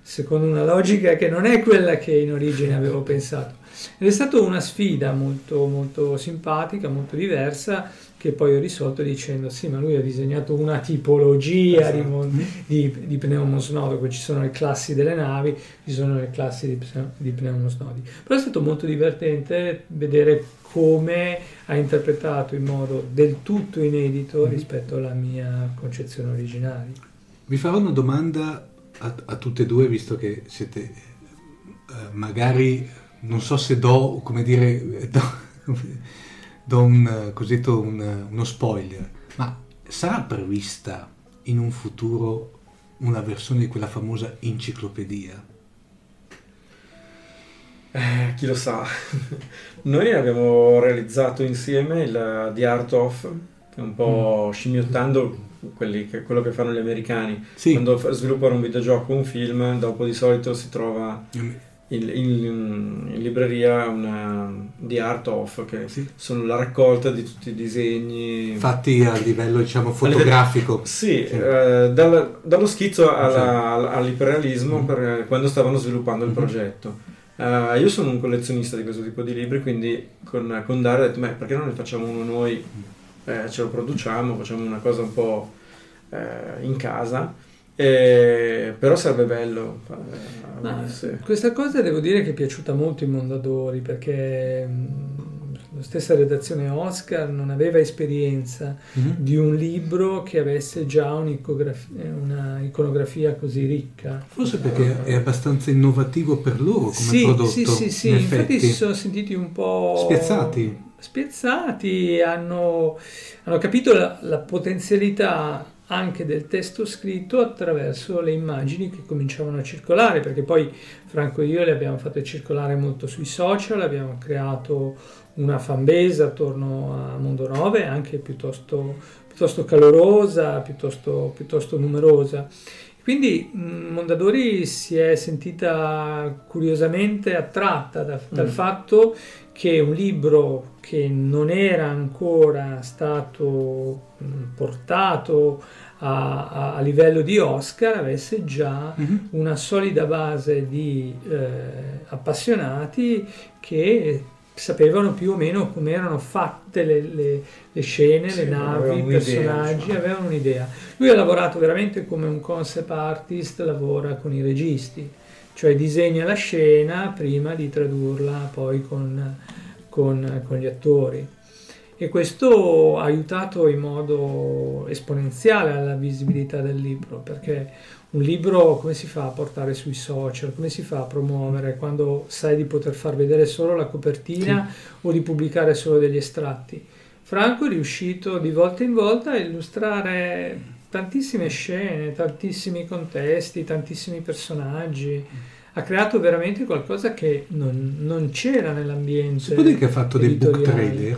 secondo una logica che non è quella che in origine avevo pensato. Ed è stata una sfida molto, molto simpatica, molto diversa, che poi ho risolto dicendo sì, ma lui ha disegnato una tipologia esatto. di, di, di pneumosnodo, poi ci sono le classi delle navi, ci sono le classi di, di pneumosnodi. Però è stato molto divertente vedere come ha interpretato in modo del tutto inedito rispetto alla mia concezione originaria. Vi farò una domanda a, a tutte e due, visto che siete eh, magari, non so se do, come dire, do, do un cosiddetto un, uno spoiler, ma sarà prevista in un futuro una versione di quella famosa enciclopedia? Eh, chi lo sa. Noi abbiamo realizzato insieme il The Art of, che è un po' scimmiottando quelli che, quello che fanno gli americani. Sì. Quando sviluppano un videogioco o un film, dopo di solito si trova in, in, in libreria una The Art of, che sì. sono la raccolta di tutti i disegni fatti a livello, diciamo, fotografico. Sì, sì. Eh, dal, dallo schizzo alla, sì. all'iperrealismo mm. per quando stavano sviluppando il mm-hmm. progetto. Uh, io sono un collezionista di questo tipo di libri, quindi con, con Dario ho detto, beh, perché non ne facciamo uno noi, eh, ce lo produciamo, facciamo una cosa un po' eh, in casa, eh, però sarebbe bello. Eh, Ma, questa cosa devo dire che è piaciuta molto in Mondadori, perché mh, la stessa redazione Oscar non aveva esperienza mm-hmm. di un libro che avesse già una iconografia così ricca. Forse perché è abbastanza innovativo per loro come sì, prodotto. Sì, sì, sì, in infatti si sono sentiti un po' spiazzati. Spiazzati, hanno, hanno capito la, la potenzialità anche del testo scritto attraverso le immagini che cominciavano a circolare, perché poi Franco e io le abbiamo fatte circolare molto sui social, abbiamo creato una fanbase attorno a Mondo nove, anche piuttosto, piuttosto calorosa, piuttosto, piuttosto numerosa. Quindi Mondadori si è sentita curiosamente attratta da, dal mm. fatto che un libro che non era ancora stato portato a, a, a livello di Oscar avesse già mm-hmm. una solida base di eh, appassionati che sapevano più o meno come erano fatte le, le, le scene, sì, le navi, i personaggi, diciamo. Avevano un'idea. Lui ha lavorato veramente come un concept artist, lavora con i registi, cioè disegna la scena prima di tradurla poi con, con, con gli attori. E questo ha aiutato in modo esponenziale alla visibilità del libro, perché un libro come si fa a portare sui social, come si fa a promuovere quando sai di poter far vedere solo la copertina sì. o di pubblicare solo degli estratti? Franco è riuscito di volta in volta a illustrare tantissime scene, tantissimi contesti, tantissimi personaggi. Ha creato veramente qualcosa che non, non c'era nell'ambiente. Si può dire che ha fatto dei book trailer?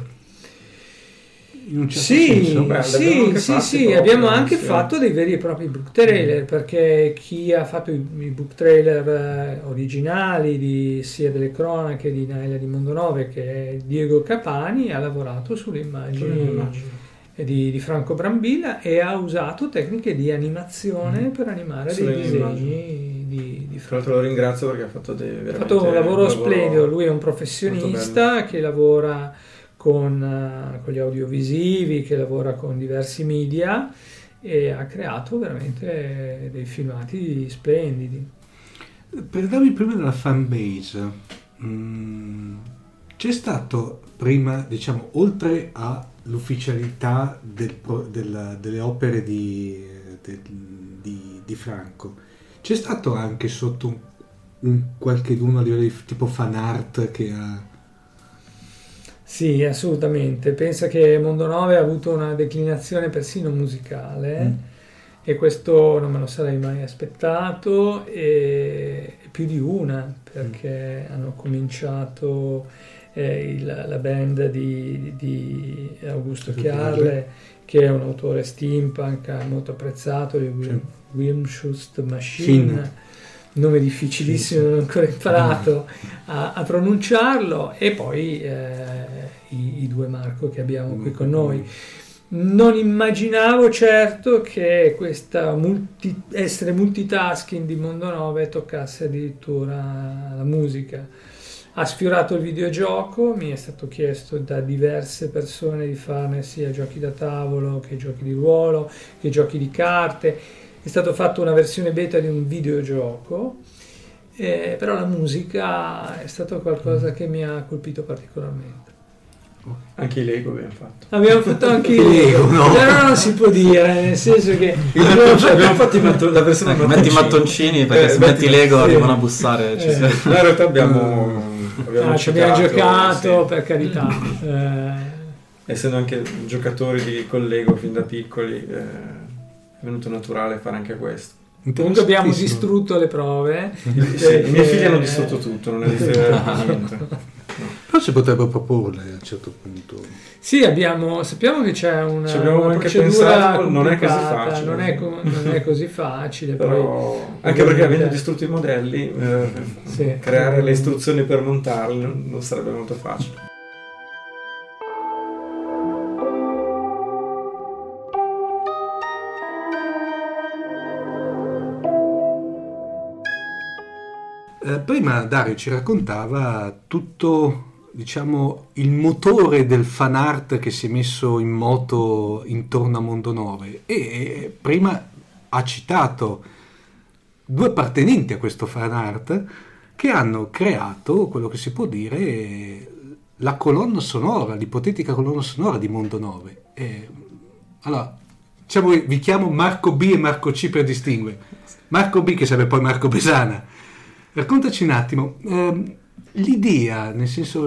In un certo sì, senso. Beh, sì, sì, sì, abbiamo anche sì. fatto dei veri e propri book trailer, mm. perché chi ha fatto i, i book trailer eh, originali di, sia delle cronache di Naila di Mondo nove che Diego Capani ha lavorato sulle immagini mm. di, di Franco Brambilla e ha usato tecniche di animazione mm. per animare sulle dei disegni di, di Franco. Tra l'altro lo ringrazio perché ha fatto, dei, ha fatto un lavoro, un lavoro splendido, lui è un professionista che lavora Con, uh, con gli audiovisivi, che lavora con diversi media e ha creato veramente dei filmati splendidi. Parliamo prima della fanbase. Mm, c'è stato prima, diciamo, oltre all'ufficialità del, del, delle opere di, de, di, di Franco, c'è stato anche sotto un, un qualche uno a livello di tipo fan art che ha... Sì, assolutamente. Pensa che Mondo nove ha avuto una declinazione persino musicale mm. e questo non me lo sarei mai aspettato, e più di una, perché mm. hanno cominciato eh, il, la band di, di Augusto Chiarle, che è un autore steampunk molto apprezzato, di William, William Schust Machine. Fin. Nome difficilissimo, non ho ancora imparato a, a pronunciarlo, e poi eh, i, i due Marco che abbiamo qui con noi. Non immaginavo certo che questa multi, essere multitasking di Mondo nove toccasse addirittura la musica. Ha sfiorato il videogioco, mi è stato chiesto da diverse persone di farne sia giochi da tavolo che giochi di ruolo, che giochi di carte. È stato fatto una versione beta di un videogioco, eh, però la musica è stato qualcosa che mi ha colpito particolarmente. Anche i Lego abbiamo fatto. Abbiamo fatto anche i Lego, no? Però non si può dire, nel senso che abbiamo fatto matto- la versione ecco, metti i mattoncini perché eh, se metti Lego sì. arrivano a bussare. Ci Eh. sei. No, in realtà abbiamo, abbiamo, ah, ci abbiamo giocato, sì. per carità. Eh, Essendo anche giocatori di con Lego fin da piccoli, eh, è venuto naturale fare anche questo. comunque abbiamo distrutto le prove. Sì, i miei figli hanno distrutto tutto, non esiste niente. Però si potrebbe proporle a un certo punto. Sì, abbiamo, sappiamo che c'è una, Ci abbiamo una anche procedura pensato, non è così complicata, facile. non è, co- non è così facile. Però, poi, anche perché avendo ovviamente- distrutto i modelli, eh, Sì. creare le istruzioni per montarli non, non sarebbe molto facile. Eh, prima Dario ci raccontava tutto, diciamo, il motore del fan art che si è messo in moto intorno a Mondo nove e prima ha citato due appartenenti a questo fan art che hanno creato quello che si può dire la colonna sonora, l'ipotetica colonna sonora di Mondo nove. E, allora, diciamo, vi chiamo Marco B e Marco C per distinguere. Marco B, che sarebbe poi Marco Besana. Raccontaci un attimo, ehm, l'idea, nel senso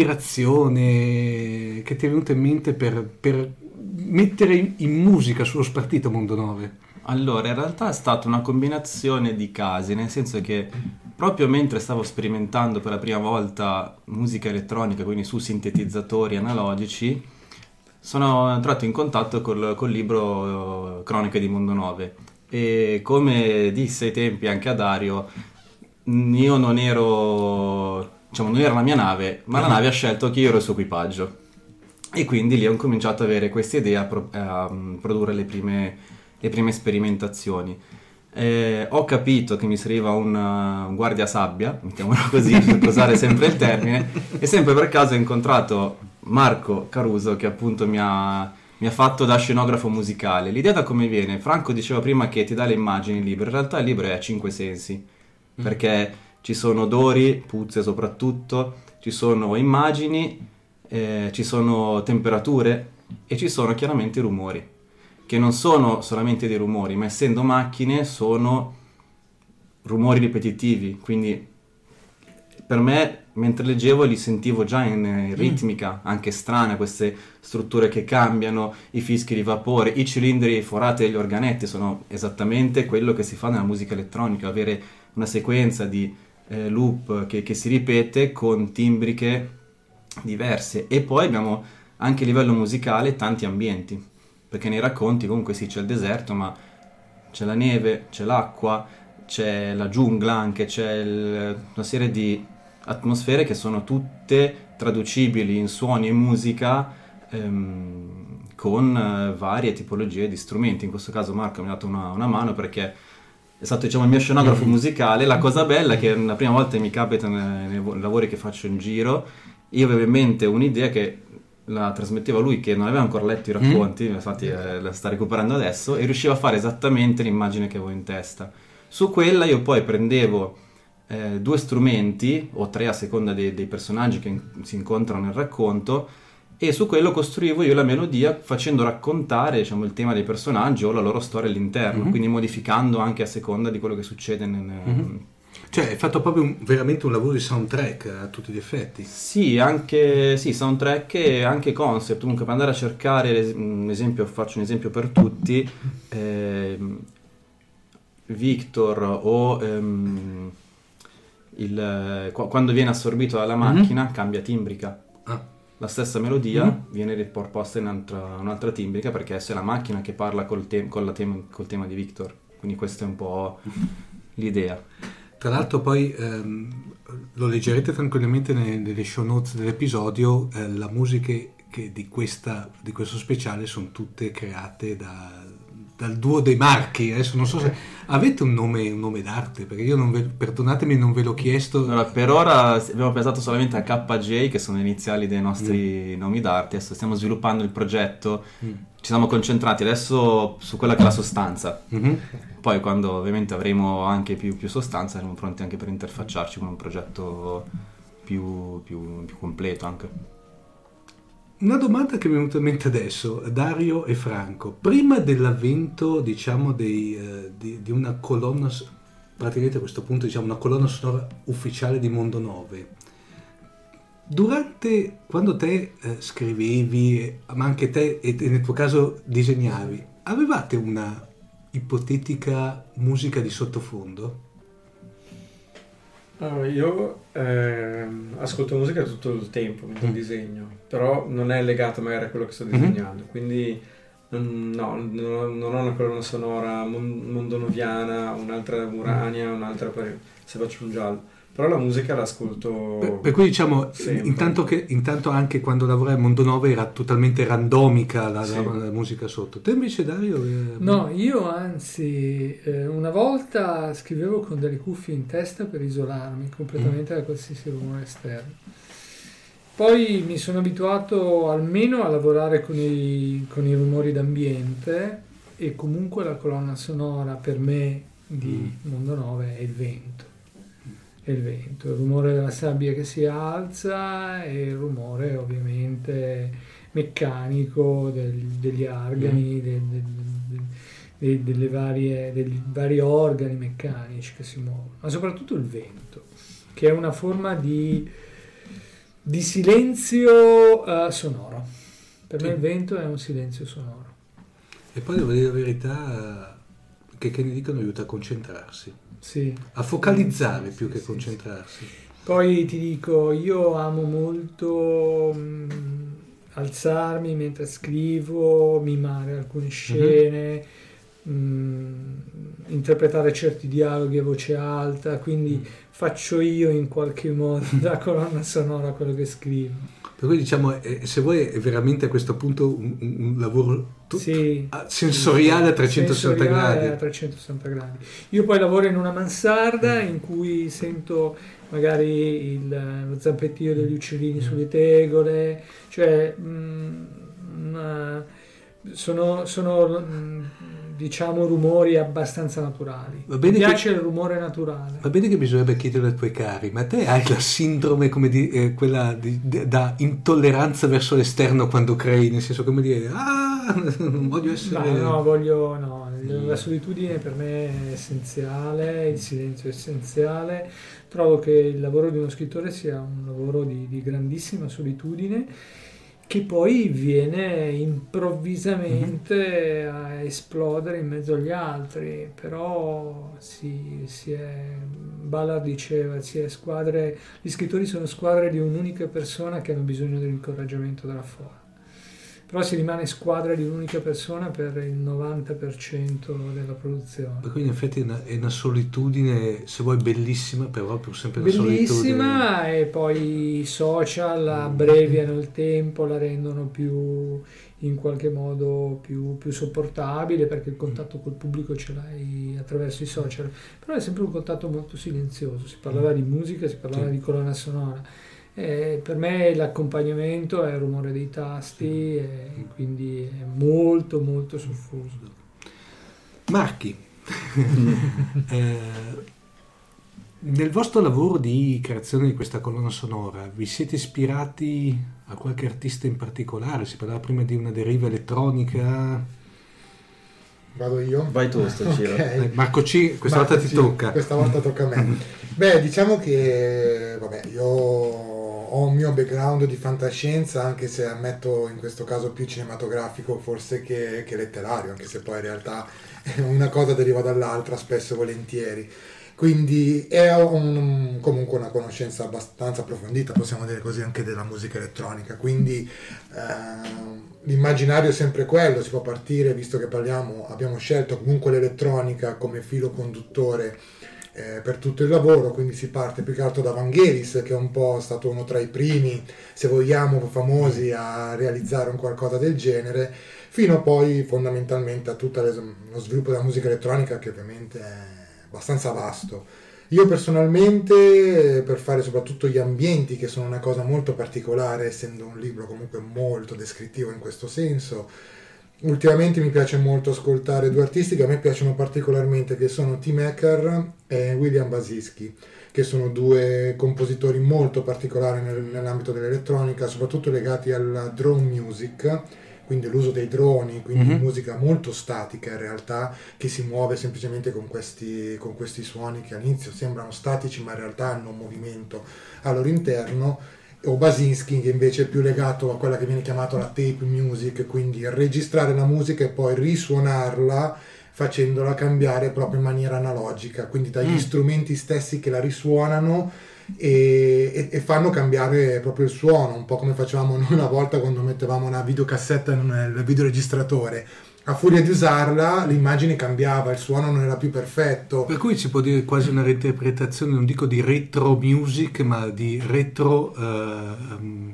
l'ispirazione che ti è venuta in mente per, per mettere in, in musica sullo spartito Mondo nove. Allora, in realtà è stata una combinazione di casi, nel senso che proprio mentre stavo sperimentando per la prima volta musica elettronica, quindi su sintetizzatori analogici, sono entrato in contatto col, col libro Croniche di Mondo nove e come disse ai tempi anche a Dario, io non ero, diciamo, non era la mia nave, ma la nave ha scelto che io ero il suo equipaggio e quindi lì ho cominciato ad avere questa idea a, pro- a produrre le prime, le prime sperimentazioni. Eh, ho capito che mi serviva un, un guardia sabbia, mettiamolo così per usare sempre il termine, e sempre per caso ho incontrato Marco Caruso che appunto mi ha, mi ha fatto da scenografo musicale. L'idea da come viene? Franco diceva prima che ti dà le immagini il libro, in realtà il libro è a cinque sensi, perché ci sono odori, puzze soprattutto, ci sono immagini, eh, ci sono temperature e ci sono chiaramente rumori, che non sono solamente dei rumori, ma essendo macchine sono rumori ripetitivi, quindi per me mentre leggevo li sentivo già in, in ritmica, anche strana, queste strutture che cambiano, i fischi di vapore, i cilindri forati degli organetti sono esattamente quello che si fa nella musica elettronica, avere una sequenza di eh, loop che, che si ripete con timbriche diverse. E poi abbiamo anche a livello musicale tanti ambienti, perché nei racconti comunque sì, c'è il deserto, ma c'è la neve, c'è l'acqua, c'è la giungla anche, c'è il, una serie di atmosfere che sono tutte traducibili in suoni e musica ehm, con eh, varie tipologie di strumenti. In questo caso Marco mi ha dato una, una mano perché è stato, diciamo, il mio scenografo musicale. La cosa bella è che la prima volta mi capita nei, nei lavori che faccio in giro, io avevo in mente un'idea che la trasmetteva lui, che non aveva ancora letto i racconti, mm. infatti eh, la sta recuperando adesso, e riusciva a fare esattamente l'immagine che avevo in testa. Su quella io poi prendevo eh, due strumenti, o tre a seconda dei, dei personaggi che in, si incontrano nel racconto, e su quello costruivo io la melodia facendo raccontare, diciamo, il tema dei personaggi o la loro storia all'interno, mm-hmm. quindi modificando anche a seconda di quello che succede nel... Mm-hmm. Cioè hai fatto proprio un, veramente un lavoro di soundtrack a tutti gli effetti. Sì, anche sì, soundtrack e anche concept. Comunque per andare a cercare un esempio, faccio un esempio per tutti, eh, Victor o ehm, il, quando viene assorbito dalla macchina mm-hmm. cambia timbrica. Ah. La stessa melodia mm-hmm. viene riproposta in un'altra, un'altra timbrica perché è la macchina che parla col, te- con la tema, col tema di Victor. Quindi questa è un po' l'idea. Tra l'altro poi ehm, lo leggerete tranquillamente nelle, nelle show notes dell'episodio, eh, la musica che di, questa, di questo speciale sono tutte create da, dal duo dei Marchi. Adesso non so se avete un nome, un nome d'arte, perché io non ve, perdonatemi, non ve l'ho chiesto. Allora, per ora abbiamo pensato solamente a K J, che sono le iniziali dei nostri mm. nomi d'arte. Adesso stiamo sviluppando il progetto, mm. ci siamo concentrati adesso su quella che è la sostanza. Mm-hmm. Poi quando ovviamente avremo anche più, più sostanza saremo pronti anche per interfacciarci con un progetto più, più, più completo anche. Una domanda che mi è venuta in mente adesso, Dario e Franco, prima dell'avvento, diciamo, dei, eh, di, di una colonna, praticamente a questo punto, diciamo, una colonna sonora ufficiale di Mondo nove, durante, quando te eh, scrivevi, ma anche te, e nel tuo caso disegnavi, avevate una ipotetica musica di sottofondo? Allora, io eh, ascolto musica tutto il tempo mentre mm. disegno, però non è legato magari a quello che sto disegnando, mm-hmm. quindi non, no, non, non ho una colonna sonora mondonoviana, un'altra Urania, un'altra per, se faccio un giallo, però la musica l'ascolto per, per cui diciamo intanto, che, intanto anche quando lavorai a Mondo nove era totalmente randomica la, sì. la, la musica sotto. Te invece, Dario? Eh, no, io anzi eh, una volta scrivevo con delle cuffie in testa per isolarmi completamente mm. da qualsiasi rumore esterno. Poi mi sono abituato almeno a lavorare con i, con i rumori d'ambiente, e comunque la colonna sonora per me di mm. Mondo nove è il vento. Il vento, il rumore della sabbia che si alza e il rumore ovviamente meccanico del, degli argani, mm. del, del, del, del, delle varie, dei vari organi meccanici che si muovono, ma soprattutto il vento, che è una forma di, di silenzio uh, sonoro. Per sì. me il vento è un silenzio sonoro. E poi devo dire la verità, che, che ne dicono aiuta a concentrarsi. Sì. A focalizzare sì, più sì, che sì, concentrarsi. Sì. Poi ti dico, io amo molto mh, alzarmi mentre scrivo, mimare alcune scene, mm-hmm. mh, interpretare certi dialoghi a voce alta, quindi mm. faccio io in qualche modo da colonna sonora quello che scrivo. Per cui diciamo, eh, se vuoi è veramente a questo punto un, un lavoro tutto, sì, sensoriale a trecentosessanta sensoriale gradi. a trecentosessanta gradi. Io poi lavoro in una mansarda mm. in cui sento magari il, lo zampettio degli uccellini mm. sulle tegole, cioè mh, mh, sono, sono mh, diciamo rumori abbastanza naturali. Va bene, mi piace che, il rumore naturale. Va bene che bisognerebbe chiedere ai tuoi cari, ma te hai la sindrome, come di, eh, quella di, di, da intolleranza verso l'esterno quando crei, nel senso, come dire, ah, non voglio essere... No, no, voglio, no, la solitudine per me è essenziale, il silenzio è essenziale. Trovo che il lavoro di uno scrittore sia un lavoro di, di grandissima solitudine, che poi viene improvvisamente mm-hmm. a esplodere in mezzo agli altri, però si, si è, Ballard diceva, si è squadre, gli scrittori sono squadre di un'unica persona che hanno bisogno dell'incoraggiamento dalla fora, però si rimane squadra di un'unica persona per il novanta per cento della produzione. Quindi in effetti è una, è una solitudine, se vuoi, bellissima, però pur sempre una solitudine. Bellissima, e poi i social abbreviano il tempo, la rendono più, in qualche modo, più, più sopportabile, perché il contatto col pubblico ce l'hai attraverso i social, però è sempre un contatto molto silenzioso, si parlava di musica, si parlava sì. di colonna sonora. Eh, per me l'accompagnamento è il rumore dei tasti e quindi è molto molto soffuso. Marchi, eh, nel vostro lavoro di creazione di questa colonna sonora vi siete ispirati a qualche artista in particolare? Si parlava prima di una deriva elettronica. Vado io? Vai tu, sto Ciro. Okay. Eh, Marco C, questa Marco volta ti C, tocca. Questa volta tocca a me. Beh, diciamo che vabbè, io ho un mio background di fantascienza, anche se ammetto in questo caso più cinematografico forse che, che letterario, anche se poi in realtà una cosa deriva dall'altra spesso e volentieri. Quindi è un, comunque una conoscenza abbastanza approfondita, possiamo dire così, anche della musica elettronica. Quindi eh, l'immaginario è sempre quello, si può partire, visto che parliamo, abbiamo scelto comunque l'elettronica come filo conduttore eh, per tutto il lavoro, quindi si parte più che altro da Vangelis, che è un po' stato uno tra i primi, se vogliamo, famosi a realizzare un qualcosa del genere, fino poi fondamentalmente a tutto lo sviluppo della musica elettronica, che ovviamente è abbastanza vasto. Io personalmente, per fare soprattutto gli ambienti, che sono una cosa molto particolare, essendo un libro comunque molto descrittivo in questo senso, ultimamente mi piace molto ascoltare due artisti che a me piacciono particolarmente, che sono Tim Hacker e William Basinski, che sono due compositori molto particolari nel, nell'ambito dell'elettronica, soprattutto legati alla drone music, quindi l'uso dei droni, quindi mm-hmm. musica molto statica in realtà, che si muove semplicemente con questi, con questi suoni che all'inizio sembrano statici ma in realtà hanno un movimento al loro interno, o Basinski, che invece è più legato a quella che viene chiamata la tape music, quindi registrare la musica e poi risuonarla facendola cambiare proprio in maniera analogica, quindi dagli mm. strumenti stessi che la risuonano e, e, e fanno cambiare proprio il suono, un po' come facevamo noi una volta quando mettevamo una videocassetta nel videoregistratore. A furia di usarla l'immagine cambiava, il suono non era più perfetto. Per cui si può dire quasi una reinterpretazione, non dico di retro music, ma di retro uh,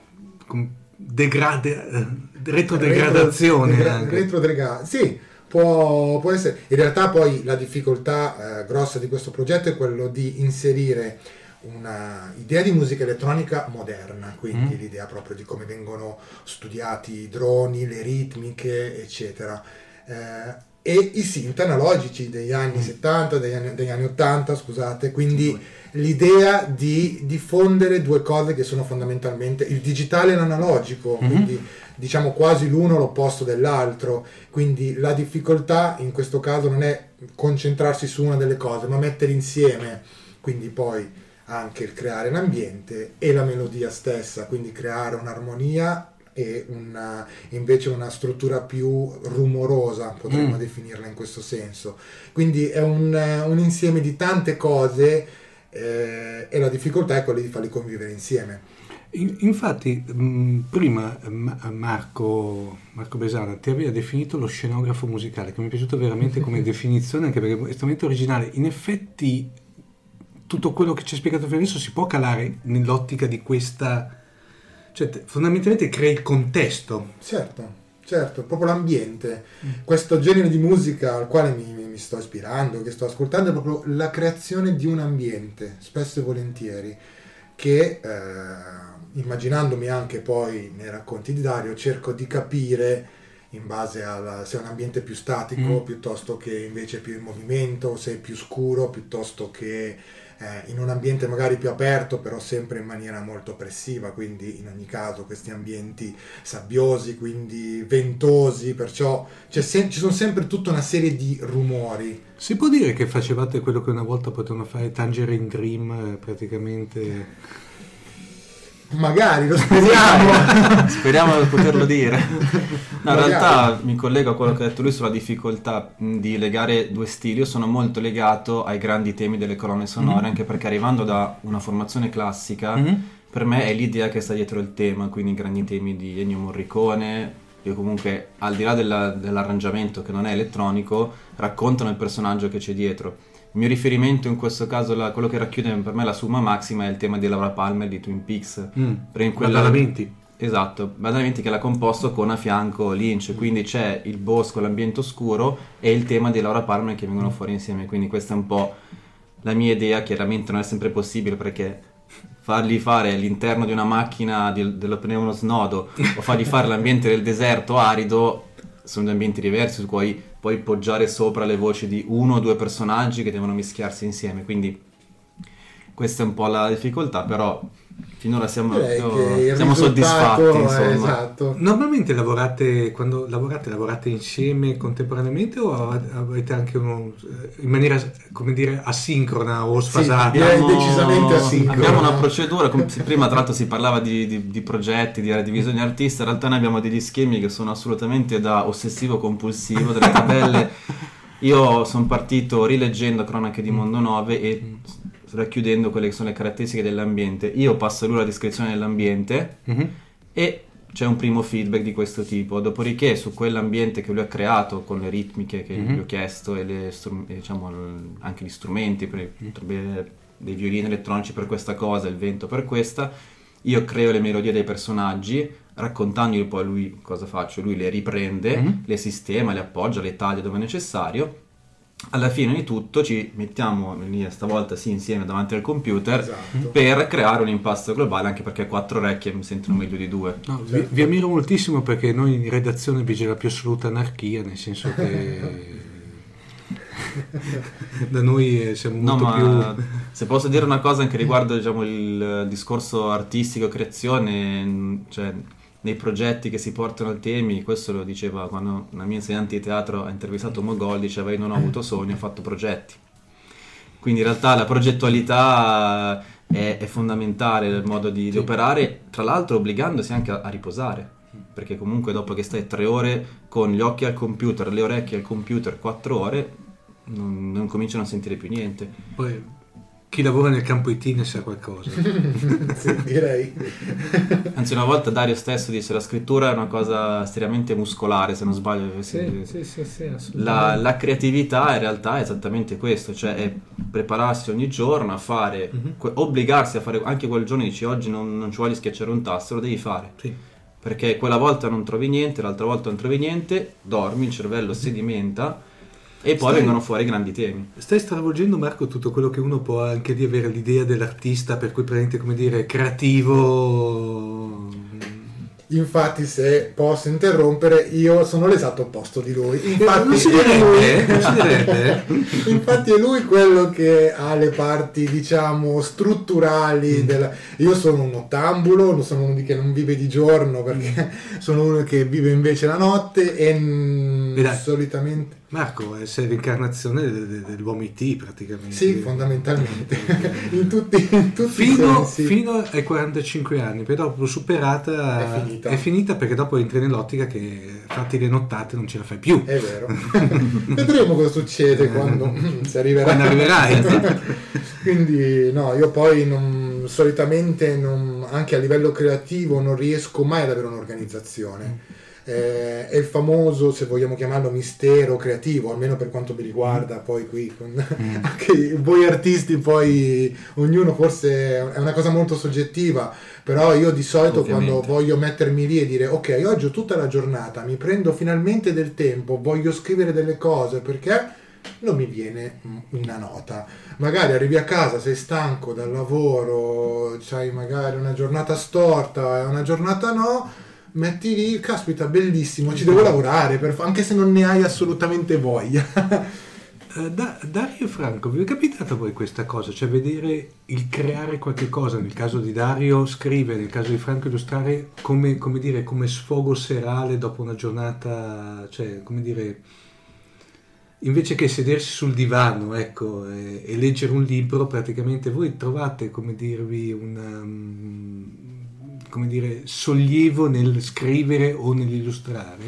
degrade, uh, retrodegradazione. Retro, degra- retrodegra- sì, può, può essere. In realtà poi la difficoltà uh, grossa di questo progetto è quello di inserire una idea di musica elettronica moderna, quindi mm. l'idea proprio di come vengono studiati i droni, le ritmiche, eccetera, eh, e i synth analogici degli anni mm. settanta, degli anni, degli anni ottanta, scusate, quindi sì. l'idea di diffondere due cose che sono fondamentalmente il digitale e l'analogico, mm. quindi diciamo quasi l'uno l'opposto dell'altro, quindi la difficoltà in questo caso non è concentrarsi su una delle cose, ma mettere insieme, quindi poi anche il creare l'ambiente e la melodia stessa, quindi creare un'armonia e una, invece una struttura più rumorosa, potremmo mm. definirla in questo senso. Quindi è un, un insieme di tante cose eh, e la difficoltà è quella di farli convivere insieme. Infatti mh, prima Marco, Marco Besana ti aveva definito lo scenografo musicale, che mi è piaciuto veramente come definizione, anche perché è estremamente originale. In effetti tutto quello che ci hai spiegato fino adesso si può calare nell'ottica di questa, cioè fondamentalmente crea il contesto. Certo, certo, proprio l'ambiente. Mm. Questo genere di musica al quale mi, mi sto ispirando, che sto ascoltando, è proprio la creazione di un ambiente, spesso e volentieri, che eh, immaginandomi anche poi nei racconti di Dario, cerco di capire in base a se è un ambiente più statico mm. piuttosto che invece più in movimento, se è più scuro piuttosto che eh, in un ambiente magari più aperto, però sempre in maniera molto oppressiva, quindi in ogni caso questi ambienti sabbiosi, quindi ventosi, perciò c'è se- ci sono sempre tutta una serie di rumori. Si può dire che facevate quello che una volta potevano fare Tangerine Dream praticamente? Magari, lo speriamo. Speriamo di poterlo dire. No, in realtà mi collego a quello che ha detto lui sulla difficoltà di legare due stili. Io sono molto legato ai grandi temi delle colonne sonore, mm-hmm. anche perché arrivando da una formazione classica, mm-hmm. per me è l'idea che sta dietro il tema, quindi i grandi temi di Ennio Morricone. Io comunque, al di là della, dell'arrangiamento che non è elettronico, raccontano il personaggio che c'è dietro. Il mio riferimento in questo caso, la, quello che racchiude per me la summa massima, è il tema di Laura Palmer di Twin Peaks. Mm, in quella Badalamenti. Esatto, Badalamenti, che l'ha composto con a fianco Lynch, quindi c'è il bosco, l'ambiente oscuro e il tema di Laura Palmer che vengono fuori insieme, quindi questa è un po' la mia idea. Chiaramente non è sempre possibile, perché fargli fare l'interno di una macchina di, dello pneumo snodo o fargli fare l'ambiente del deserto arido sono due ambienti diversi su cui puoi poggiare sopra le voci di uno o due personaggi che devono mischiarsi insieme, quindi questa è un po' la difficoltà, però finora siamo, no, siamo soddisfatti, insomma. Esatto. Normalmente lavorate, quando lavorate, lavorate insieme contemporaneamente o avete anche uno, in maniera, come dire, asincrona o sfasata? Sì, abbiamo, decisamente asincrona. Abbiamo una procedura, come prima tra l'altro si parlava di, di, di progetti, di divisione artista, in realtà noi abbiamo degli schemi che sono assolutamente da ossessivo compulsivo, delle tabelle. Io sono partito rileggendo Cronache di Mondo nove e racchiudendo quelle che sono le caratteristiche dell'ambiente. Io passo a lui la descrizione dell'ambiente mm-hmm. e c'è un primo feedback di questo tipo, dopodiché su quell'ambiente che lui ha creato con le ritmiche che mm-hmm. gli ho chiesto e le strum- diciamo anche gli strumenti per mm-hmm. dei violini elettronici per questa cosa, il vento per questa, io creo le melodie dei personaggi, raccontandogli poi lui cosa faccio, lui le riprende, mm-hmm. le sistema, le appoggia, le taglia dove è necessario. Alla fine di tutto ci mettiamo lì stavolta sì insieme davanti al computer, esatto. per creare un impasto globale, anche perché quattro orecchie mi sentono meglio di due. No, certo. vi, vi ammiro moltissimo perché noi in redazione vige la più assoluta anarchia, nel senso che da noi siamo no, molto ma più... Se posso dire una cosa anche riguardo diciamo, il discorso artistico, creazione, cioè nei progetti che si portano al temi, questo lo diceva quando una mia insegnante di teatro ha intervistato Mogol, diceva io non ho avuto sogni, ho fatto progetti. Quindi in realtà la progettualità è, è fondamentale nel modo di, di operare, tra l'altro obbligandosi anche a, a riposare, perché comunque dopo che stai tre ore con gli occhi al computer, le orecchie al computer, quattro ore, non, non cominciano a sentire più niente. Poi chi lavora nel campo I T ne sa qualcosa. Sì, direi. Anzi, una volta Dario stesso disse la scrittura è una cosa estremamente muscolare, se non sbaglio. Sì, sì, sì, sì, la, la creatività in realtà è esattamente questo, cioè è prepararsi ogni giorno a fare, mm-hmm. que- obbligarsi a fare, anche quel giorno dici oggi non, non ci voglio schiacciare un tasto, lo devi fare. Sì. Perché quella volta non trovi niente, l'altra volta non trovi niente, dormi, il cervello sedimenta, e poi stai, vengono fuori grandi temi. Stai stravolgendo, Marco, tutto quello che uno può anche di avere l'idea dell'artista, per cui praticamente, come dire, creativo. Infatti, se posso interrompere, io sono l'esatto opposto di lui. Infatti, non si direbbe, non si direbbe. Infatti è lui quello che ha le parti, diciamo, strutturali. Mm. Della... Io sono un ottambulo, non sono uno che non vive di giorno, perché mm. sono uno che vive invece la notte e mm, solitamente... Marco, sei l'incarnazione dell'uomo I T praticamente. Sì, fondamentalmente. in tutti, in tutti fino, i sensi. Fino ai quarantacinque anni, poi dopo superata è finita. è finita perché dopo entri nell'ottica che fatti le nottate non ce la fai più. È vero. Vedremo cosa succede quando si arriverà. Quando arriverai. Quindi no, io poi non, solitamente non, anche a livello creativo non riesco mai ad avere un'organizzazione. Eh, è il famoso, se vogliamo chiamarlo, mistero creativo, almeno per quanto mi riguarda. Mm. Poi qui con mm. anche voi artisti, poi ognuno forse è una cosa molto soggettiva, però io di solito ovviamente, quando voglio mettermi lì e dire ok, oggi ho tutta la giornata, mi prendo finalmente del tempo, voglio scrivere delle cose, perché non mi viene una nota. Magari arrivi a casa, sei stanco dal lavoro, c'hai magari una giornata storta e una giornata no, metti lì, caspita, bellissimo, ci devo lavorare, per, anche se non ne hai assolutamente voglia. uh, da, Dario e Franco, vi è capitato a voi questa cosa? Cioè vedere il creare qualche cosa, nel caso di Dario scrivere, nel caso di Franco illustrare, come, come dire, come sfogo serale dopo una giornata, cioè come dire, invece che sedersi sul divano, ecco, e, e leggere un libro, praticamente voi trovate, come dirvi, una... Um, come dire, sollievo nel scrivere o nell'illustrare?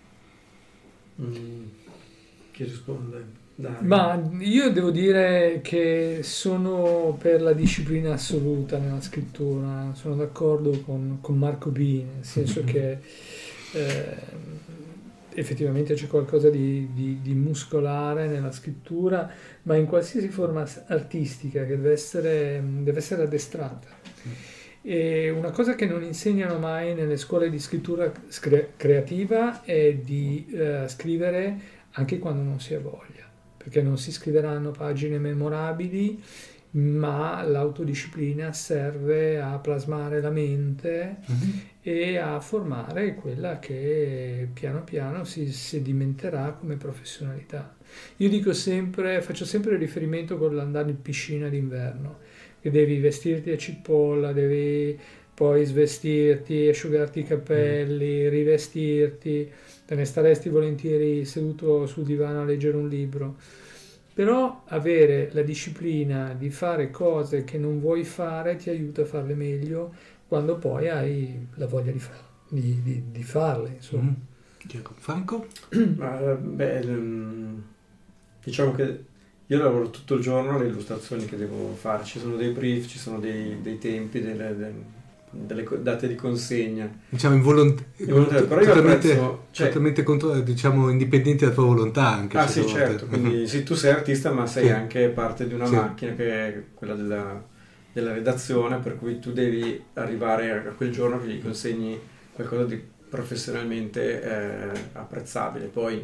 Mm, chi risponde? Dai. Ma io devo dire che sono per la disciplina assoluta nella scrittura, sono d'accordo con, con Marco B, nel senso che eh, effettivamente c'è qualcosa di, di, di muscolare nella scrittura, ma in qualsiasi forma artistica che deve essere, deve essere addestrata. E una cosa che non insegnano mai nelle scuole di scrittura scre- creativa è di uh, scrivere anche quando non si ha voglia, perché non si scriveranno pagine memorabili, ma l'autodisciplina serve a plasmare la mente mm-hmm. e a formare quella che piano piano si sedimenterà come professionalità. Io dico sempre, faccio sempre riferimento con l'andare in piscina d'inverno, che devi vestirti a cipolla, devi poi svestirti, asciugarti i capelli, rivestirti, te ne staresti volentieri seduto sul divano a leggere un libro. Però avere la disciplina di fare cose che non vuoi fare ti aiuta a farle meglio quando poi hai la voglia di, fa- di, di, di farle. Insomma. Mm. Franco? Ma, beh, diciamo che io lavoro tutto il giorno alle illustrazioni che devo fare, ci sono dei brief, ci sono dei, dei tempi, delle, delle, delle co- date di consegna. Diciamo involontari, Involontario, però io totalmente, apprezzo, cioè, totalmente contro, diciamo indipendenti dalla tua volontà anche. ah sì, certe certo, volte. quindi sì, tu sei artista ma sei Sì. anche parte di una Sì. macchina che è quella della, della redazione, per cui tu devi arrivare a quel giorno che gli consegni qualcosa di professionalmente eh, apprezzabile. Poi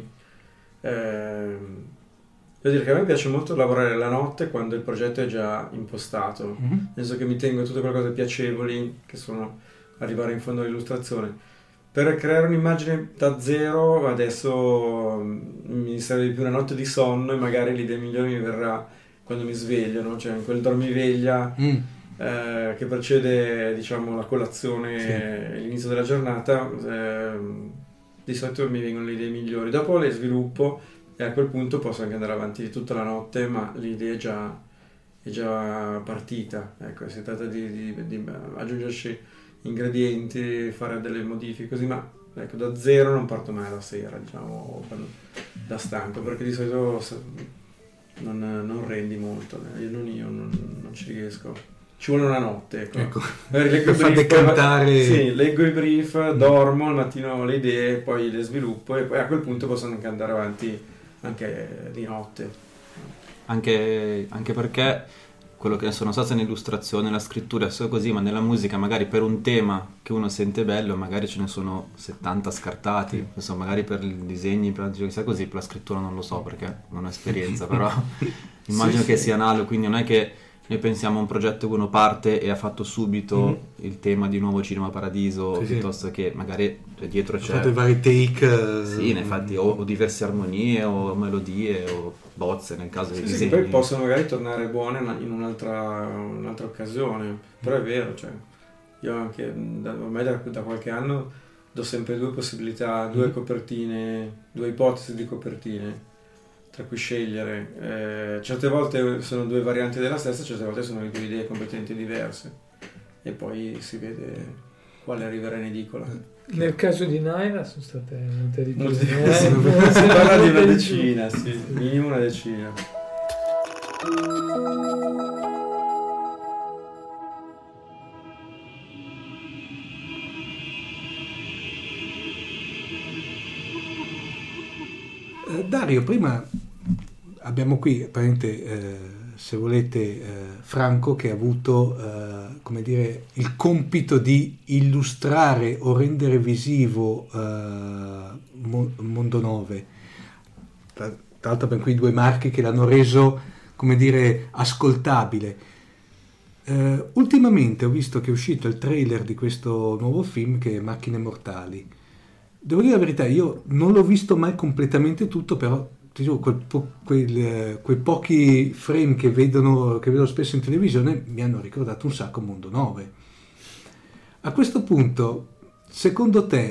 ehm, devo dire che a me piace molto lavorare la notte quando il progetto è già impostato, Mhm. nel senso che mi tengo tutte quelle cose piacevoli che sono arrivare in fondo all'illustrazione. Per creare un'immagine da zero adesso mm, mi serve di più una notte di sonno e magari l'idea migliore mi verrà quando mi sveglio, no? Cioè in quel dormiveglia Mm. eh, che precede, diciamo, la colazione e l'inizio della giornata, ehm, di solito mi vengono le idee migliori. Dopo le sviluppo e a quel punto posso anche andare avanti tutta la notte, ma l'idea è già, è già partita. Ecco, si tratta di, di, di aggiungerci ingredienti, fare delle modifiche così, ma ecco, da zero non parto mai la sera, diciamo, quando- da stanco, perché di solito se- non, non rendi molto, eh. Io non, io non, non ci riesco. Ci vuole una notte, ecco. Ecco. Magari leggo Per i far brief, decantare- poi- sì, leggo i brief, dormo, al mattino ho le idee, poi le sviluppo e poi a quel punto posso anche andare avanti anche di notte. Anche, anche perché quello che sono stato nell'illustrazione, la scrittura è solo così, ma nella musica magari per un tema che uno sente bello magari ce ne sono settanta scartati, insomma, magari per i disegni, per chissà così, per la scrittura non lo so perché non ho esperienza, però immagino Sì, che sì. sia analogo, quindi non è che noi pensiamo a un progetto che uno parte e ha fatto subito Mhm. il tema di Nuovo Cinema Paradiso, Sì, sì. piuttosto che magari dietro Ho c'è... fatto i vari take. eh, Sì, infatti, o, o diverse armonie, o melodie, o bozze nel caso dei Sì, sì, disegni. poi possono magari tornare buone in in un'altra, un'altra occasione, però è vero, cioè, io anche da, ormai da, da qualche anno do sempre due possibilità, due Mm. copertine, due ipotesi di copertine tra cui scegliere. Eh, certe volte sono due varianti della stessa, certe volte sono due idee completamente diverse e poi si vede quale arriverà in edicola. Nel caso di Naira sono state molte di più. Molti- eh. si si parla di una Molte più. decina, sì, minimo una decina. Eh, Dario, prima abbiamo qui, apparentemente, eh, se volete, eh, Franco che ha avuto, eh, come dire, il compito di illustrare o rendere visivo eh, Mo- Mondo nove. Tra, tra l'altro abbiamo qui due marchi che l'hanno reso, come dire, ascoltabile. Eh, ultimamente ho visto che è uscito il trailer di questo nuovo film che è Macchine Mortali. Devo dire la verità, io non l'ho visto mai completamente tutto, però ti dico, quel po- quel, eh, quei pochi frame che vedono, che vedo spesso in televisione mi hanno ricordato un sacco Mondo nove. A questo punto, secondo te,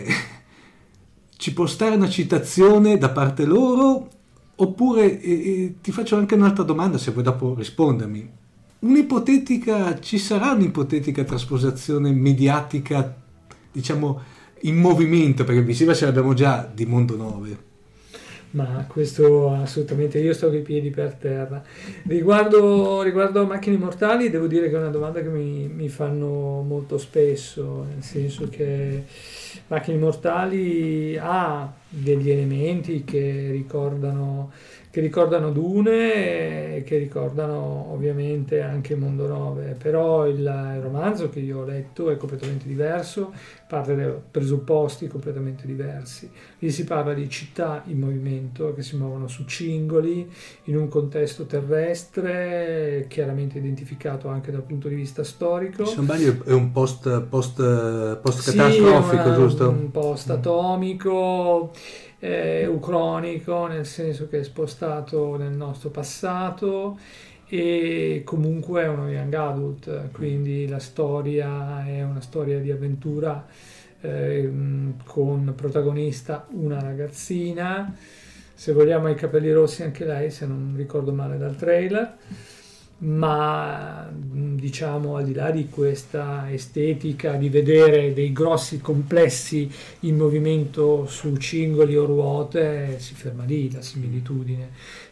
ci può stare una citazione da parte loro? Oppure, e, e ti faccio anche un'altra domanda, se vuoi dopo rispondermi. Un'ipotetica, ci sarà un'ipotetica trasposizione mediatica, diciamo, in movimento, perché visiva ce l'abbiamo già di Mondo nove. Ma questo assolutamente, io sto coi piedi per terra. Riguardo, riguardo Macchine Mortali, devo dire che è una domanda che mi, mi fanno molto spesso, nel senso che Macchine Mortali ha degli elementi che ricordano, che ricordano Dune e che ricordano ovviamente anche Mondo nove, però il, il romanzo che io ho letto è completamente diverso, parte da presupposti completamente diversi. Lì si parla di città in movimento che si muovono su cingoli in un contesto terrestre chiaramente identificato anche dal punto di vista storico. Se non sbaglio è un post, post, post Sì, catastrofico, una- giusto? un post atomico, eh, ucronico, nel senso che è spostato nel nostro passato e comunque è uno young adult, quindi la storia è una storia di avventura eh, con protagonista una ragazzina, se vogliamo ha i capelli rossi anche lei, se non ricordo male dal trailer. ma diciamo al di là di questa estetica di vedere dei grossi complessi in movimento su cingoli o ruote, si ferma lì la similitudine,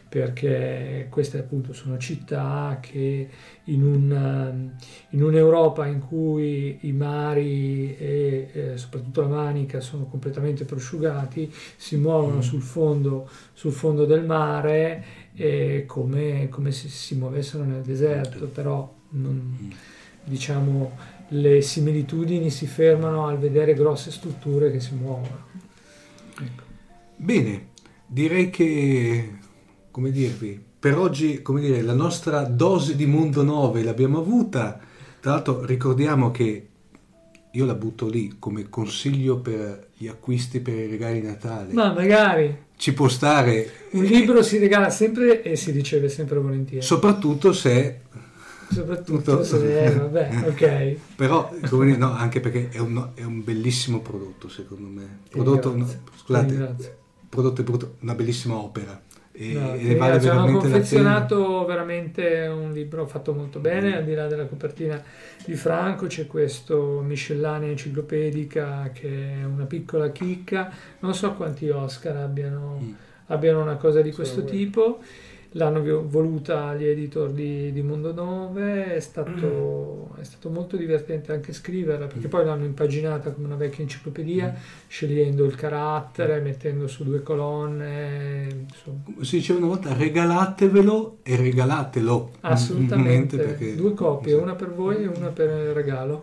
perché queste appunto sono città che in, un, in un'Europa in cui i mari e eh, soprattutto la Manica sono completamente prosciugati, si muovono mm. sul fondo, sul fondo del mare, e come, come se si muovessero nel deserto, però non, diciamo le similitudini si fermano al vedere grosse strutture che si muovono. Ecco. Bene, direi che, come dirvi, per oggi, come dire, la nostra dose di Mondo nove l'abbiamo avuta. Tra l'altro ricordiamo che io la butto lì come consiglio per gli acquisti per i regali di Natale. Ma magari ci può stare. Un libro si regala sempre e si riceve sempre volentieri. Soprattutto se soprattutto se eh, vabbè, ok. Però come dire, no, anche perché è un, è un bellissimo prodotto, secondo me. Prodotto, no, scusate, prodotto è brutto, una bellissima opera. E, no, e vale ci hanno veramente confezionato veramente un libro fatto molto bene. Al di là della copertina di Franco c'è questo miscellanea enciclopedica che è una piccola chicca, non so quanti Oscar abbiano, mm. abbiano una cosa di questo Sono tipo. L'hanno voluta gli editor di, di Mondo nove, è stato, è stato molto divertente anche scriverla, perché poi l'hanno impaginata come una vecchia enciclopedia, scegliendo il carattere, mettendo su due colonne. Insomma. Si diceva una volta, regalatevelo e regalatelo. Assolutamente, perché, due copie, una per voi e una per il regalo.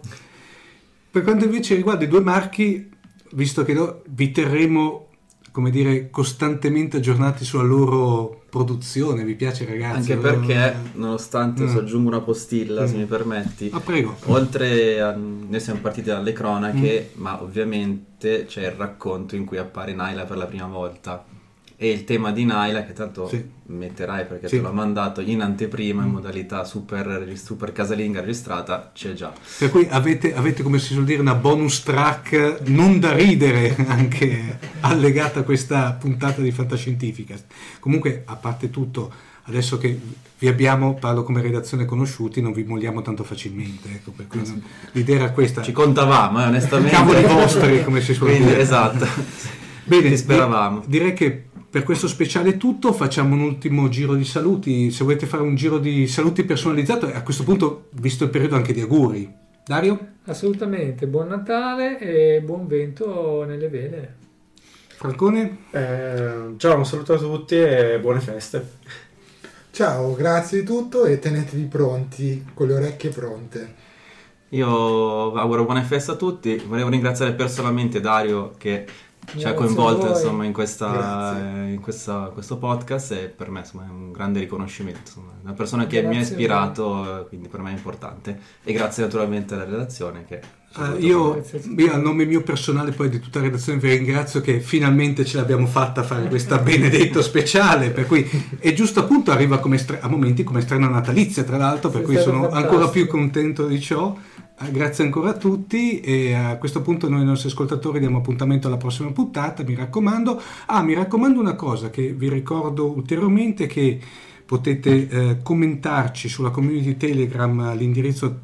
Per quanto invece riguarda i due marchi, visto che no, vi terremo, come dire, costantemente aggiornati sulla loro produzione. Vi piace, ragazzi? Anche perché, nonostante, mm. se aggiungo una postilla, mm. se mi permetti, ah, prego. Oltre a, noi siamo partiti dalle cronache, mm. ma ovviamente c'è il racconto in cui appare Naila per la prima volta, e il tema di Naila, che tanto sì. metterai perché sì. te l'ho mandato in anteprima, mm. in modalità super, super casalinga registrata, c'è già. Per cui avete, avete, come si suol dire, una bonus track non da ridere anche allegata a questa puntata di Fantascientificast. Comunque, a parte tutto, adesso che vi abbiamo, parlo come redazione conosciuti, non vi molliamo tanto facilmente, ecco, per cui non, l'idea era questa. Ci contavamo, eh, onestamente. Cavoli vostri, come si suol Quindi, dire. Esatto. Bene, Ci speravamo. Direi che per questo speciale è tutto, facciamo un ultimo giro di saluti. Se volete fare un giro di saluti personalizzato, a questo punto, visto il periodo, anche di auguri. Dario? Assolutamente, buon Natale e buon vento nelle vele. Falcone? Eh, ciao, un saluto a tutti e buone feste. Ciao, grazie di tutto e tenetevi pronti, con le orecchie pronte. Io auguro buone feste a tutti. Volevo ringraziare personalmente Dario che ci ha coinvolto insomma in questa in questa, questo podcast, e per me insomma è un grande riconoscimento, insomma, una persona che grazie mi ha ispirato, quindi per me è importante, e grazie naturalmente alla redazione che uh, io, io a nome mio personale, poi di tutta la redazione, vi ringrazio che finalmente ce l'abbiamo fatta a fare questa benedetto speciale, per cui è giusto appunto arriva come stre- a momenti come strana natalizia, tra l'altro, per cui sono fantastico. Ancora più contento di ciò. Grazie ancora a tutti, e a questo punto noi, i nostri ascoltatori, diamo appuntamento alla prossima puntata, mi raccomando. Ah, mi raccomando una cosa che vi ricordo ulteriormente, che potete eh, commentarci sulla community Telegram all'indirizzo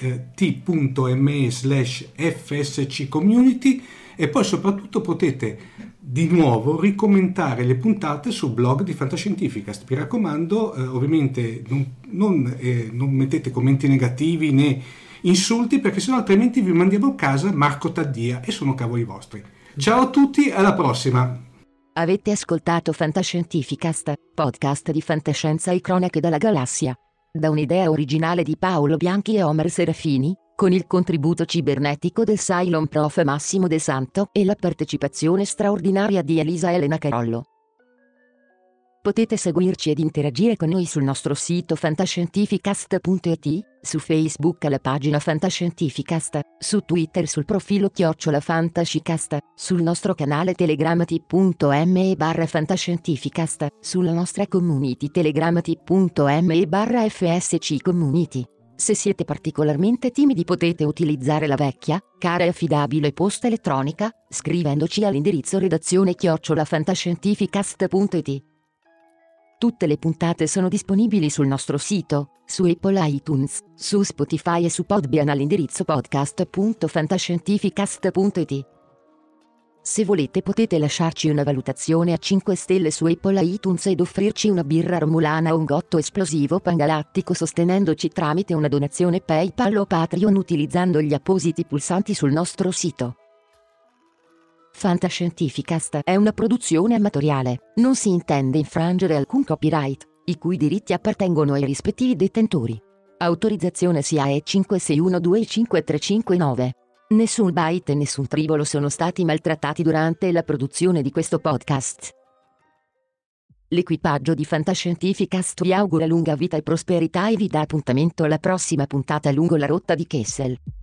t.me slash fsc community, e poi soprattutto potete di nuovo ricommentare le puntate sul blog di Fantascientificast. Mi raccomando, eh, ovviamente non, non, eh, non mettete commenti negativi né insulti, perché sennò altrimenti vi mandiamo a casa Marco Taddia e sono cavoli vostri. Ciao a tutti, alla prossima. Avete ascoltato Fantascientificast, podcast di fantascienza e cronache dalla galassia. Da un'idea originale di Paolo Bianchi e Omer Serafini, con il contributo cibernetico del Cylon Prof Massimo De Santo e la partecipazione straordinaria di Elisa Elena Carollo. Potete seguirci ed interagire con noi sul nostro sito fantascientificast punto it, su Facebook alla pagina Fantascientificast, su Twitter sul profilo chiocciola Fantascicast, sul nostro canale Telegram t.me barra Fantascientificast, sulla nostra community Telegram t.me barra fsc community. Se siete particolarmente timidi potete utilizzare la vecchia, cara e affidabile posta elettronica, scrivendoci all'indirizzo redazione chiocciola fantascientificast punto it. Tutte le puntate sono disponibili sul nostro sito, su Apple iTunes, su Spotify e su Podbean all'indirizzo podcast punto fantascientificast punto it. Se volete potete lasciarci una valutazione a cinque stelle su Apple iTunes ed offrirci una birra romulana o un gotto esplosivo pangalattico sostenendoci tramite una donazione PayPal o Patreon utilizzando gli appositi pulsanti sul nostro sito. Fantascientificast è una produzione amatoriale, non si intende infrangere alcun copyright, i cui diritti appartengono ai rispettivi detentori. Autorizzazione S I A E cinque sei uno due cinque tre cinque nove. Nessun byte e nessun tribolo sono stati maltrattati durante la produzione di questo podcast. L'equipaggio di Fantascientificast vi augura lunga vita e prosperità e vi dà appuntamento alla prossima puntata lungo la rotta di Kessel.